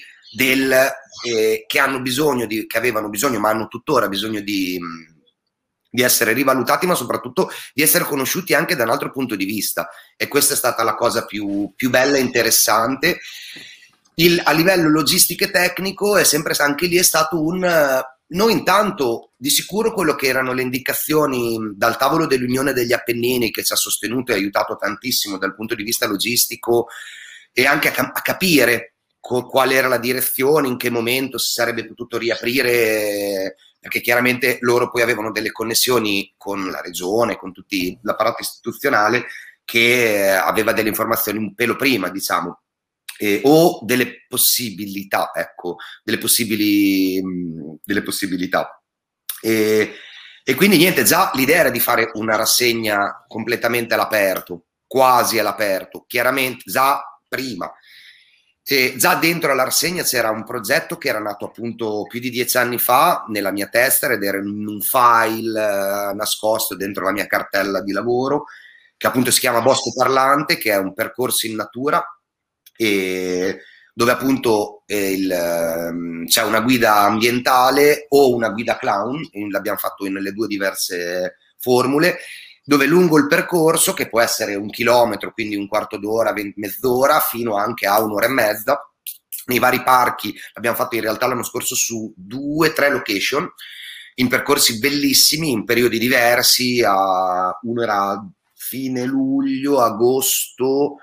che avevano bisogno, ma hanno tuttora bisogno di essere rivalutati, ma soprattutto di essere conosciuti anche da un altro punto di vista, e questa è stata la cosa più bella e interessante. A livello logistico e tecnico è sempre, anche lì è stato noi intanto di sicuro quello che erano le indicazioni dal tavolo dell'Unione degli Appennini, che ci ha sostenuto e aiutato tantissimo dal punto di vista logistico, e anche a capire qual era la direzione, in che momento si sarebbe potuto riaprire, perché chiaramente loro poi avevano delle connessioni con la regione, con tutti l'apparato istituzionale, che aveva delle informazioni un pelo prima, diciamo, o delle possibilità, ecco, delle possibilità. E quindi niente, già l'idea era di fare una rassegna completamente all'aperto, quasi all'aperto, chiaramente già prima. Già dentro alla rassegna c'era un progetto che era nato appunto più di 10 anni fa nella mia testa, ed era in un file nascosto dentro la mia cartella di lavoro, che appunto si chiama Bosco Parlante, che è un percorso in natura, dove appunto c'è una guida ambientale o una guida clown, l'abbiamo fatto nelle due diverse formule, dove lungo il percorso, che può essere 1 chilometro, quindi un quarto d'ora, mezz'ora, fino anche a 1 ora e mezza, nei vari parchi, l'abbiamo fatto in realtà l'anno scorso su 2-3 location, in percorsi bellissimi, in periodi diversi, uno era fine luglio, agosto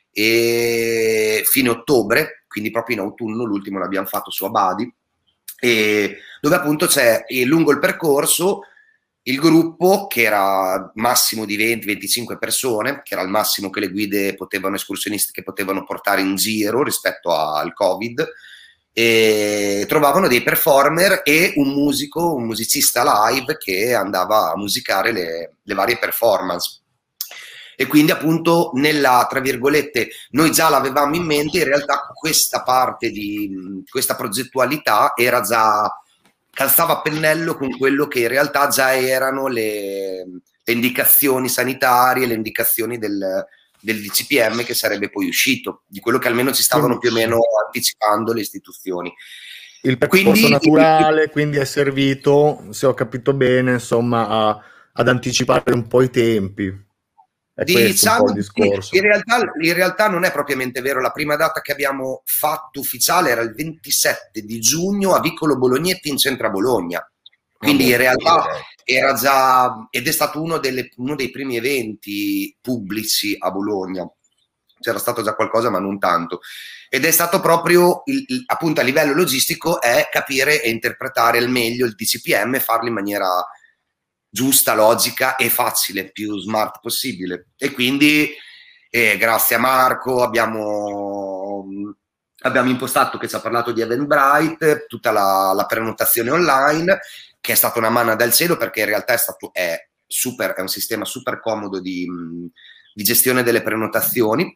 e fine ottobre, quindi proprio in autunno, l'ultimo l'abbiamo fatto su Abadi, dove appunto c'è lungo il percorso il gruppo, che era massimo di 20-25 persone, che era il massimo che le guide escursionistiche potevano portare in giro rispetto al Covid, e trovavano dei performer e un musicista live che andava a musicare le varie performance. E quindi appunto tra virgolette, noi già l'avevamo in mente, in realtà questa parte di questa progettualità era già, calzava a pennello con quello che in realtà già erano le indicazioni sanitarie, le indicazioni del DCPM che sarebbe poi uscito, di quello che almeno ci stavano più o meno anticipando le istituzioni. Il percorso naturale quindi è servito, se ho capito bene, insomma, a ad anticipare un po' i tempi. È questo un po' il discorso. In realtà non è propriamente vero. La prima data che abbiamo fatto ufficiale era il 27 di giugno a Vicolo Bolognetti in centro a Bologna. Quindi in realtà era già, ed è stato uno dei primi eventi pubblici a Bologna. C'era stato già qualcosa, ma non tanto. Ed è stato proprio, appunto a livello logistico, è capire e interpretare al meglio il DCPM e farlo in maniera giusta, logica e facile, più smart possibile. E quindi grazie a Marco abbiamo impostato, che ci ha parlato di Eventbrite, tutta la prenotazione online, che è stata una manna dal cielo, perché in realtà è un sistema super comodo di gestione delle prenotazioni,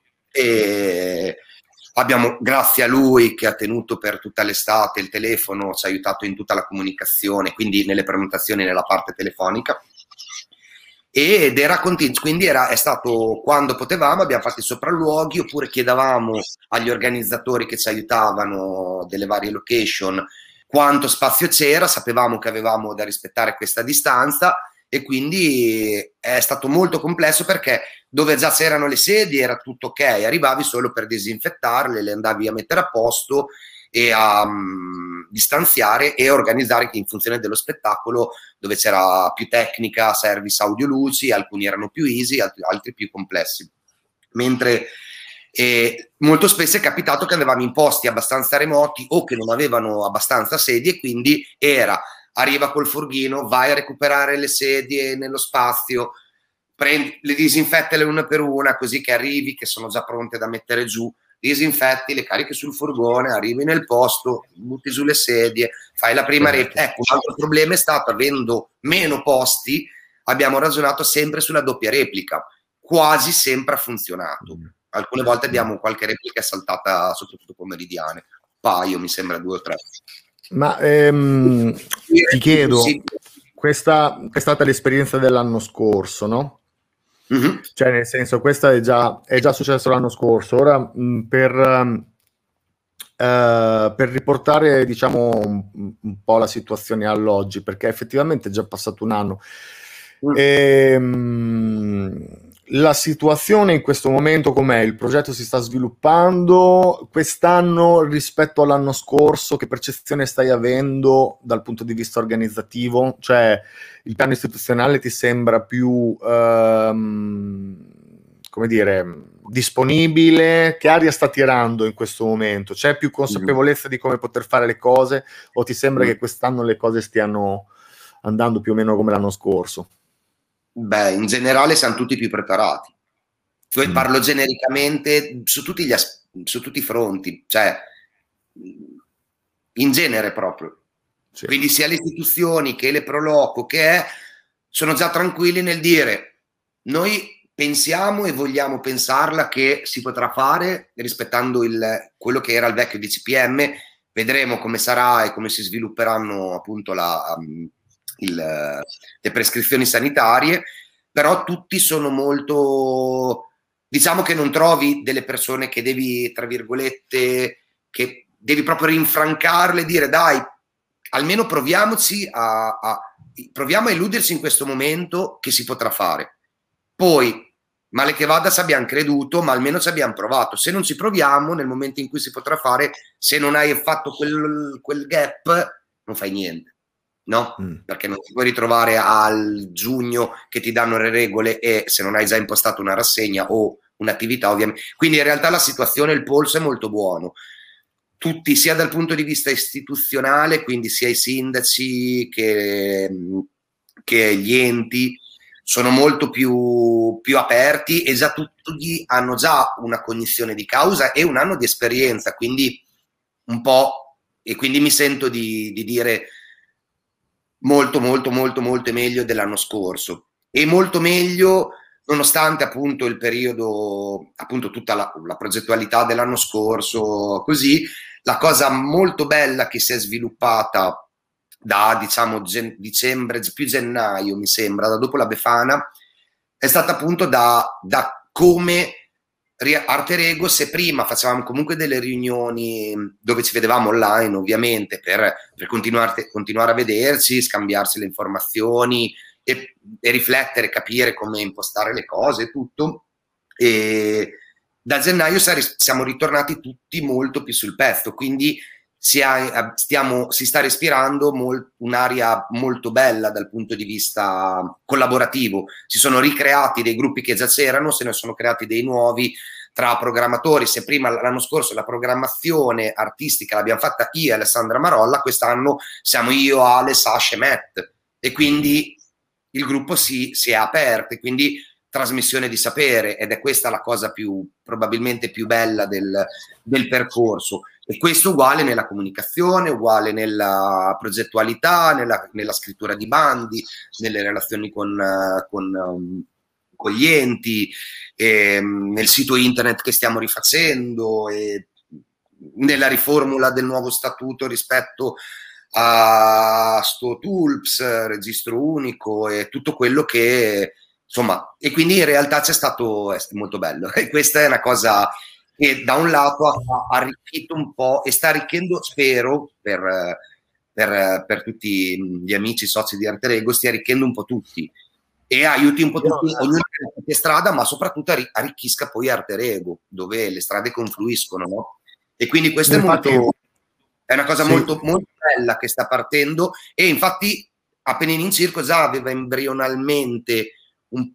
e grazie a lui, che ha tenuto per tutta l'estate il telefono, ci ha aiutato in tutta la comunicazione, quindi nelle prenotazioni, nella parte telefonica, ed era continuo. Quindi è stato, quando potevamo abbiamo fatto i sopralluoghi, oppure chiedevamo agli organizzatori che ci aiutavano delle varie location quanto spazio c'era, sapevamo che avevamo da rispettare questa distanza, e quindi è stato molto complesso, perché dove già c'erano le sedie era tutto ok, arrivavi solo per disinfettarle, le andavi a mettere a posto e a distanziare e organizzare in funzione dello spettacolo, dove c'era più tecnica, service audio luci, alcuni erano più easy, altri più complessi. Mentre molto spesso è capitato che andavamo in posti abbastanza remoti o che non avevano abbastanza sedie, quindi arriva col furghino, vai a recuperare le sedie nello spazio, le disinfettele una per una, così che arrivi che sono già pronte da mettere giù, disinfetti, le carichi sul furgone, arrivi nel posto, butti giù le sedie, fai la prima replica. Ecco, un altro problema è stato, avendo meno posti, abbiamo ragionato sempre sulla doppia replica, quasi sempre ha funzionato. Alcune volte abbiamo qualche replica saltata, soprattutto pomeridiane, un paio, mi sembra 2 o 3. Ma ti chiedo, questa è stata l'esperienza dell'anno scorso, no? Mm-hmm. Cioè, nel senso, questa è già successo l'anno scorso. Ora, per riportare, diciamo, un po' la situazione all'oggi, perché effettivamente è già passato un anno. La situazione in questo momento com'è? Il progetto si sta sviluppando quest'anno rispetto all'anno scorso? Che percezione stai avendo dal punto di vista organizzativo? Cioè, il piano istituzionale ti sembra più, come dire, disponibile? Che aria sta tirando in questo momento? C'è più consapevolezza di come poter fare le cose, o ti sembra che quest'anno le cose stiano andando più o meno come l'anno scorso? Beh, in generale siamo tutti più preparati. Parlo genericamente su tutti i fronti, cioè in genere proprio. Sì. Quindi sia le istituzioni che le Proloco sono già tranquilli nel dire: noi pensiamo e vogliamo pensarla che si potrà fare rispettando quello che era il vecchio DCPM. Vedremo come sarà e come si svilupperanno appunto le prescrizioni sanitarie, però tutti sono molto, diciamo che non trovi delle persone che devi, tra virgolette, che devi proprio rinfrancarle e dire: dai, almeno proviamo a illuderci in questo momento che si potrà fare. Poi, male che vada, ci abbiamo creduto, ma almeno ci abbiamo provato. Se non ci proviamo, nel momento in cui si potrà fare, se non hai fatto quel gap, non fai niente. No? Perché non ti puoi ritrovare al giugno che ti danno le regole e se non hai già impostato una rassegna o un'attività, ovviamente. Quindi in realtà la situazione, il polso è molto buono. Tutti, sia dal punto di vista istituzionale, quindi sia i sindaci che gli enti, sono molto più aperti, e già tutti hanno già una cognizione di causa e un anno di esperienza, quindi un po', e quindi mi sento di dire molto meglio dell'anno scorso, e molto meglio nonostante appunto il periodo, appunto tutta la progettualità dell'anno scorso. Così la cosa molto bella che si è sviluppata da, diciamo, dicembre, più gennaio mi sembra, da dopo la Befana, è stata appunto da come Arte Rego, se prima facevamo comunque delle riunioni dove ci vedevamo online, ovviamente, per continuare a vederci, scambiarsi le informazioni e riflettere, capire come impostare le cose e tutto. E da gennaio siamo ritornati tutti molto più sul pezzo, quindi si sta respirando un'aria molto bella dal punto di vista collaborativo. Si sono ricreati dei gruppi che già c'erano, se ne sono creati dei nuovi tra programmatori. Se prima l'anno scorso la programmazione artistica l'abbiamo fatta io e Alessandra Marolla, quest'anno siamo io, Ale, Sasha e Matt, e quindi il gruppo si è aperto, e quindi trasmissione di sapere, ed è questa la cosa probabilmente più bella del percorso. E questo uguale nella comunicazione, uguale nella progettualità, nella scrittura di bandi, nelle relazioni con gli enti, nel sito internet che stiamo rifacendo, e nella riformula del nuovo statuto rispetto a sto TULPS, registro unico, e tutto quello che, insomma, e quindi in realtà è molto bello, e questa è una cosa che da un lato ha arricchito un po' e sta arricchendo, spero, per tutti gli amici soci di Alter Ego, stia arricchendo un po' tutti e aiuti un po' tutti, ognuno in strada, ma soprattutto arricchisca poi Alter Ego, dove le strade confluiscono, no? E quindi questo è una cosa molto, molto bella che sta partendo, e infatti Appennini in Circo già aveva embrionalmente un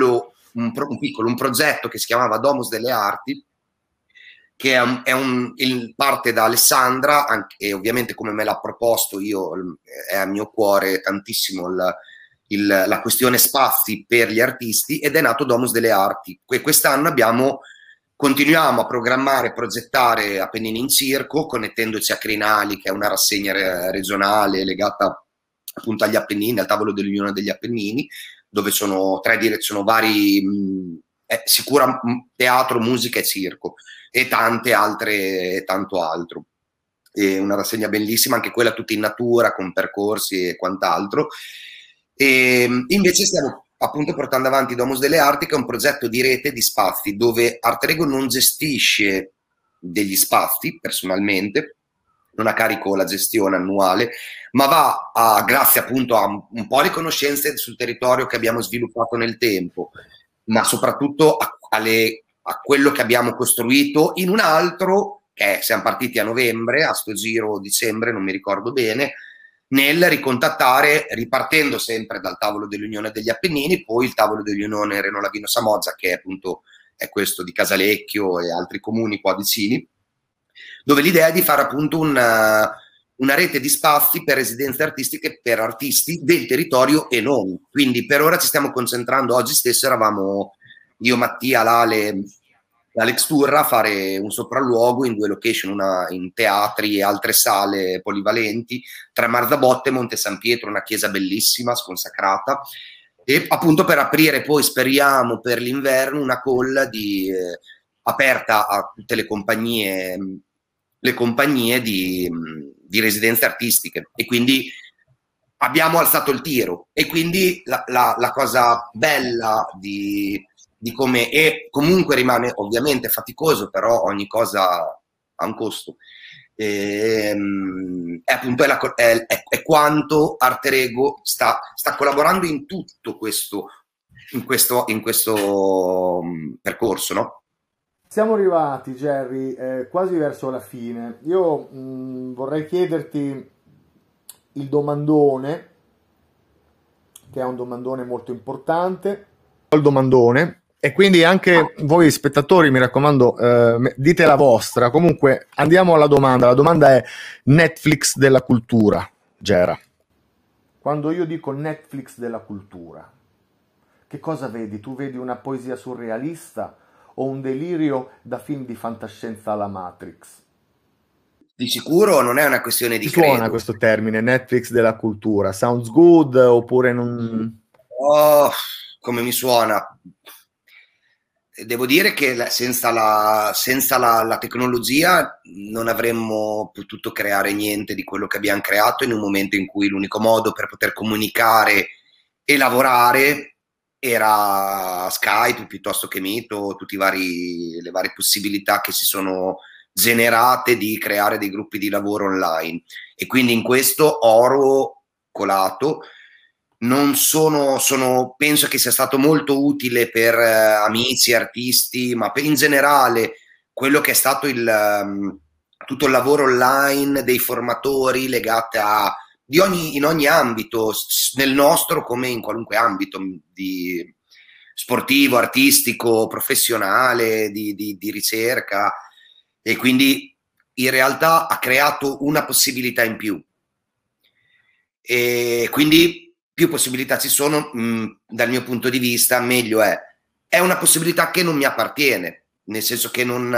progetto che si chiamava Domus delle Arti, che parte da Alessandra, e ovviamente come me l'ha proposto io, è a mio cuore tantissimo la questione spazi per gli artisti, ed è nato Domus delle Arti. Quest'anno continuiamo a programmare e progettare Appennini in Circo, connettendoci a Crinali, che è una rassegna regionale legata appunto agli Appennini, al tavolo dell'Unione degli Appennini, dove sono vari sicura teatro, musica e circo, e tanto altro. E una rassegna bellissima, anche quella tutta in natura, con percorsi e quant'altro. E invece stiamo appunto portando avanti Domus delle Arti, che è un progetto di rete di spazi, dove Alter Ego non gestisce degli spazi personalmente, non ha carico la gestione annuale, ma va grazie appunto a un po' le conoscenze sul territorio che abbiamo sviluppato nel tempo, ma soprattutto a quello che abbiamo costruito in un altro, che siamo partiti a novembre, a sto giro dicembre, non mi ricordo bene, nel ricontattare, ripartendo sempre dal tavolo dell'Unione degli Appennini, poi il tavolo dell'Unione Reno Lavino Samoggia, che appunto è questo di Casalecchio e altri comuni qua vicini, dove l'idea è di fare appunto una rete di spazi per residenze artistiche per artisti del territorio e non. Quindi per ora ci stiamo concentrando. Oggi stesso eravamo io, Mattia, Lale, Alex Turra a fare un sopralluogo in 2 location, una in teatri e altre sale polivalenti, tra Marzabotte e Monte San Pietro, una chiesa bellissima, sconsacrata, e appunto per aprire poi, speriamo, per l'inverno una call aperta a tutte le compagnie di residenze artistiche, e quindi abbiamo alzato il tiro. E quindi la cosa bella di come, e comunque rimane ovviamente faticoso, però ogni cosa ha un costo, è appunto è quanto Alter Ego sta collaborando in tutto questo, in questo percorso, no? Siamo arrivati, Jerry, quasi verso la fine. Io vorrei chiederti il domandone, che è un domandone molto importante. Il domandone, e quindi anche voi spettatori, mi raccomando, dite la vostra. Comunque andiamo alla domanda. La domanda è: Netflix della cultura, Gera. Quando io dico Netflix della cultura, che cosa vedi? Tu vedi una poesia surrealista o un delirio da film di fantascienza alla Matrix? Di sicuro non è una questione di credo. Suona questo termine, Netflix della cultura? Sounds good oppure non... Oh, come mi suona? Devo dire che senza la tecnologia non avremmo potuto creare niente di quello che abbiamo creato, in un momento in cui l'unico modo per poter comunicare e lavorare era Skype piuttosto che Meet, o tutte le varie possibilità che si sono generate di creare dei gruppi di lavoro online. E quindi in questo oro colato penso che sia stato molto utile per amici, artisti, ma in generale quello che è stato tutto il lavoro online dei formatori legati in ogni ambito, nel nostro come in qualunque ambito di sportivo, artistico, professionale, di ricerca, e quindi in realtà ha creato una possibilità in più. E quindi più possibilità ci sono, dal mio punto di vista meglio è. È una possibilità che non mi appartiene, nel senso che non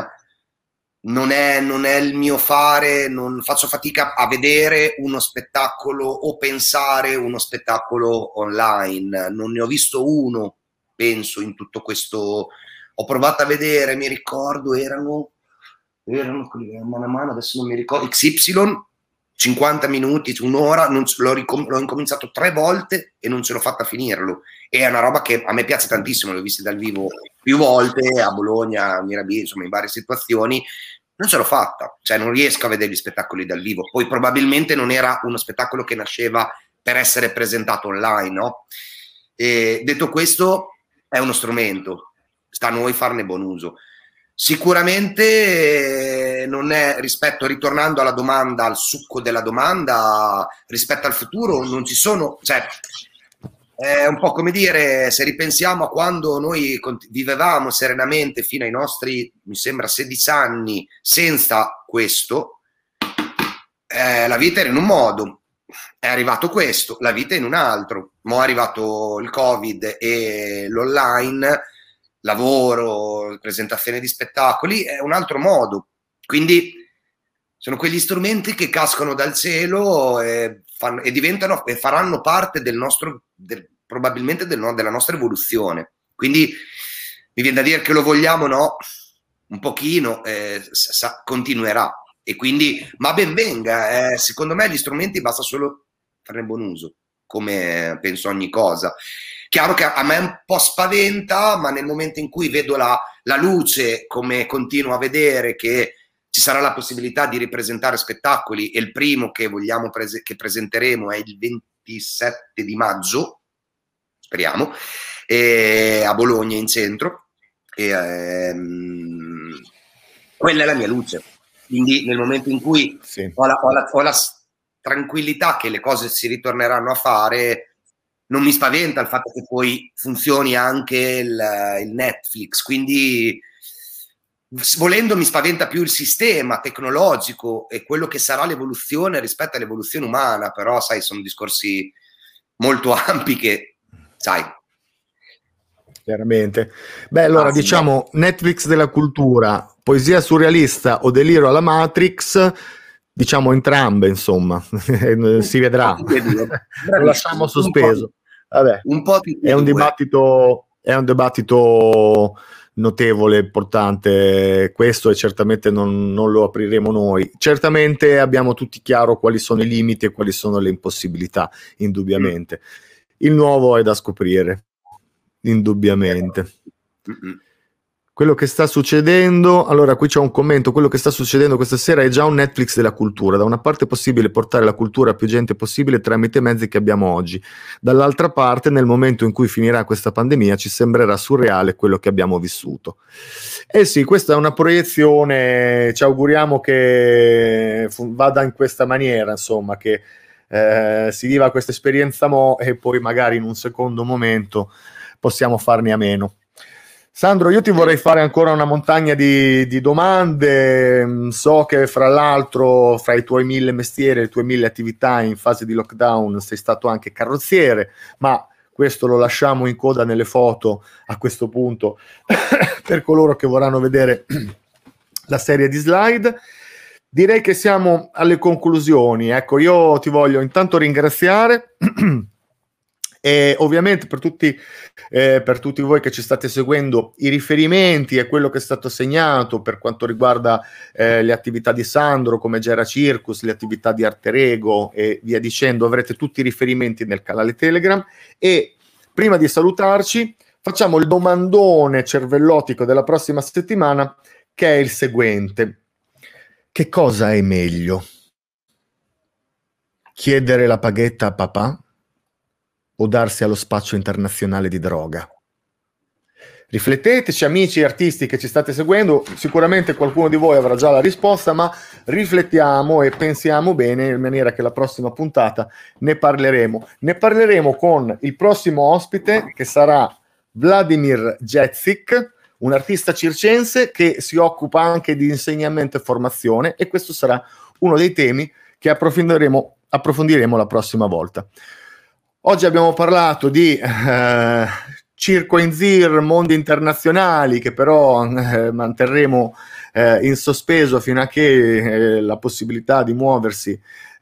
è il mio fare, non faccio fatica a vedere uno spettacolo o pensare uno spettacolo online. Non ne ho visto uno, penso, in tutto questo. Ho provato a vedere, mi ricordo, erano mano a mano, adesso non mi ricordo, XY, 50 minuti, un'ora, l'ho incominciato 3 volte e non ce l'ho fatta a finirlo. E è una roba che a me piace tantissimo, l'ho vista dal vivo più volte, a Bologna, a Mirabì, insomma in varie situazioni. Non ce l'ho fatta, cioè non riesco a vedere gli spettacoli dal vivo. Poi probabilmente non era uno spettacolo che nasceva per essere presentato online, no? E detto questo, è uno strumento, sta a noi farne buon uso. Sicuramente non è, ritornando alla domanda, al succo della domanda, rispetto al futuro non ci sono, cioè è un po' come dire, se ripensiamo a quando noi vivevamo serenamente fino ai nostri, mi sembra, 16 anni senza questo, la vita era in un modo, è arrivato questo, la vita è in un altro, mo' è arrivato il Covid e l'online, lavoro, presentazione di spettacoli, è un altro modo. Quindi sono quegli strumenti che cascano dal cielo e diventano e faranno parte del nostro, probabilmente della nostra evoluzione. Quindi mi viene da dire che lo vogliamo, no? Un pochino, continuerà. E quindi, ma ben venga, secondo me gli strumenti basta solo farne buon uso, come penso ogni cosa. Chiaro che a me un po' spaventa, ma nel momento in cui vedo la luce, come continuo a vedere che ci sarà la possibilità di ripresentare spettacoli, e il primo che vogliamo che presenteremo è il 27 di maggio, speriamo, a Bologna in centro, quella è la mia luce. Quindi nel momento in cui sì, ho la tranquillità che le cose si ritorneranno a fare, non mi spaventa il fatto che poi funzioni anche il Netflix, quindi volendo mi spaventa più il sistema tecnologico e quello che sarà l'evoluzione rispetto all'evoluzione umana, però sai, sono discorsi molto ampi che, sai. Chiaramente. Beh, allora diciamo Netflix della cultura, poesia surrealista o delirio alla Matrix, diciamo entrambe, insomma, si vedrà. Lo lasciamo sospeso. Vabbè, è un dibattito notevole, importante questo, e certamente non lo apriremo noi. Certamente abbiamo tutti chiaro quali sono i limiti e quali sono le impossibilità, indubbiamente. Il nuovo è da scoprire, indubbiamente. Quello che sta succedendo, allora qui c'è un commento, quello che sta succedendo questa sera è già un Netflix della cultura. Da una parte è possibile portare la cultura a più gente possibile tramite i mezzi che abbiamo oggi, dall'altra parte nel momento in cui finirà questa pandemia ci sembrerà surreale quello che abbiamo vissuto. Eh sì, questa è una proiezione, ci auguriamo che vada in questa maniera, insomma, che si viva questa esperienza e poi magari in un secondo momento possiamo farne a meno. Sandro, io ti vorrei fare ancora una montagna di domande. So che fra l'altro, fra i tuoi 1000 mestieri, le tue 1000 attività in fase di lockdown, sei stato anche carrozziere, ma questo lo lasciamo in coda nelle foto a questo punto per coloro che vorranno vedere la serie di slide. Direi che siamo alle conclusioni. Ecco, io ti voglio intanto ringraziare e ovviamente per tutti voi che ci state seguendo, i riferimenti e quello che è stato segnato per quanto riguarda le attività di Sandro come Gera Circus, le attività di Arterego e via dicendo, avrete tutti i riferimenti nel canale Telegram. E prima di salutarci facciamo il domandone cervellotico della prossima settimana, che è il seguente: che cosa è meglio? Chiedere la paghetta a papà o darsi allo spaccio internazionale di droga? Rifletteteci, amici artisti che ci state seguendo, sicuramente qualcuno di voi avrà già la risposta, ma riflettiamo e pensiamo bene in maniera che la prossima puntata ne parleremo. Ne parleremo con il prossimo ospite, che sarà Vladimir Jetzik, un artista circense che si occupa anche di insegnamento e formazione, e questo sarà uno dei temi che approfondiremo la prossima volta. Oggi abbiamo parlato di Circo in Zir, mondi internazionali, che però manterremo in sospeso fino a che la possibilità di muoversi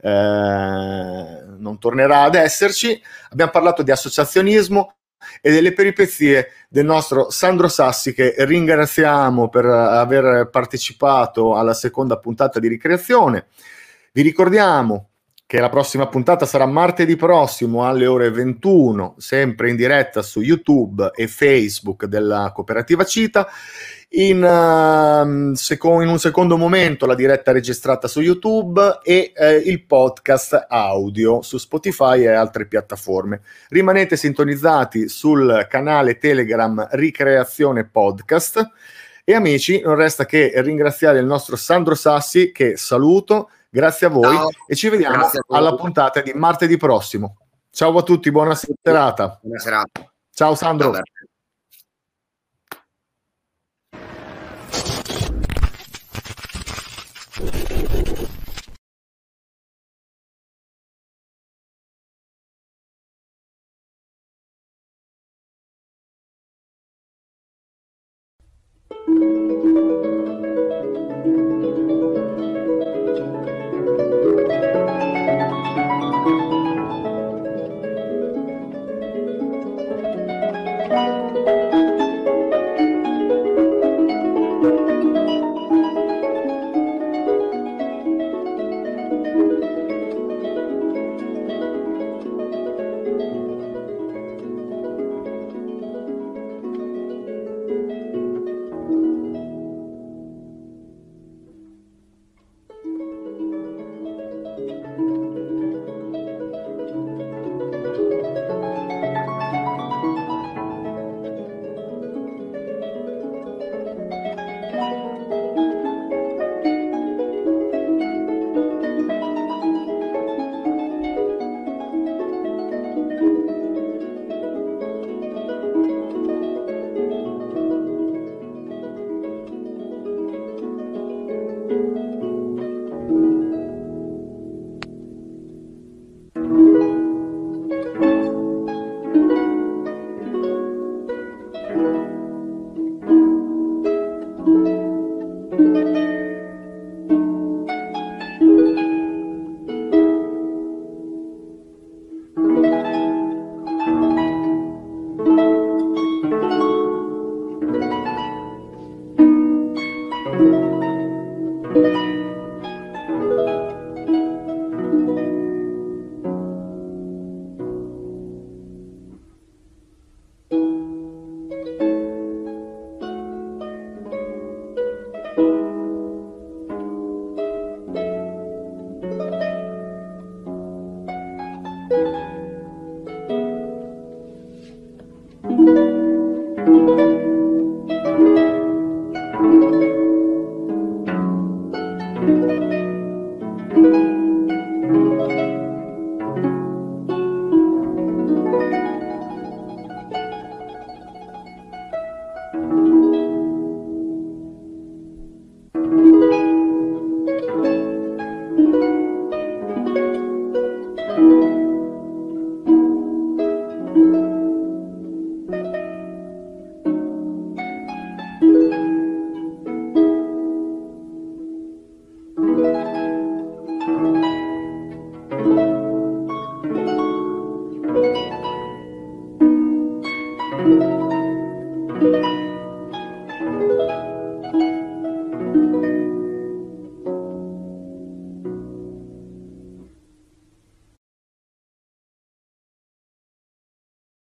non tornerà ad esserci. Abbiamo parlato di associazionismo e delle peripezie del nostro Sandro Sassi, che ringraziamo per aver partecipato alla seconda puntata di Ricreazione. Vi ricordiamo che la prossima puntata sarà martedì prossimo alle ore 21, sempre in diretta su YouTube e Facebook della Cooperativa Cita. In un secondo momento la diretta registrata su YouTube e il podcast audio su Spotify e altre piattaforme. Rimanete sintonizzati sul canale Telegram Ricreazione Podcast, e amici, non resta che ringraziare il nostro Sandro Sassi, che saluto. Grazie a voi. Ciao. E ci vediamo alla puntata di martedì prossimo. Ciao a tutti, buona serata. Buona serata. Ciao Sandro. Ciao.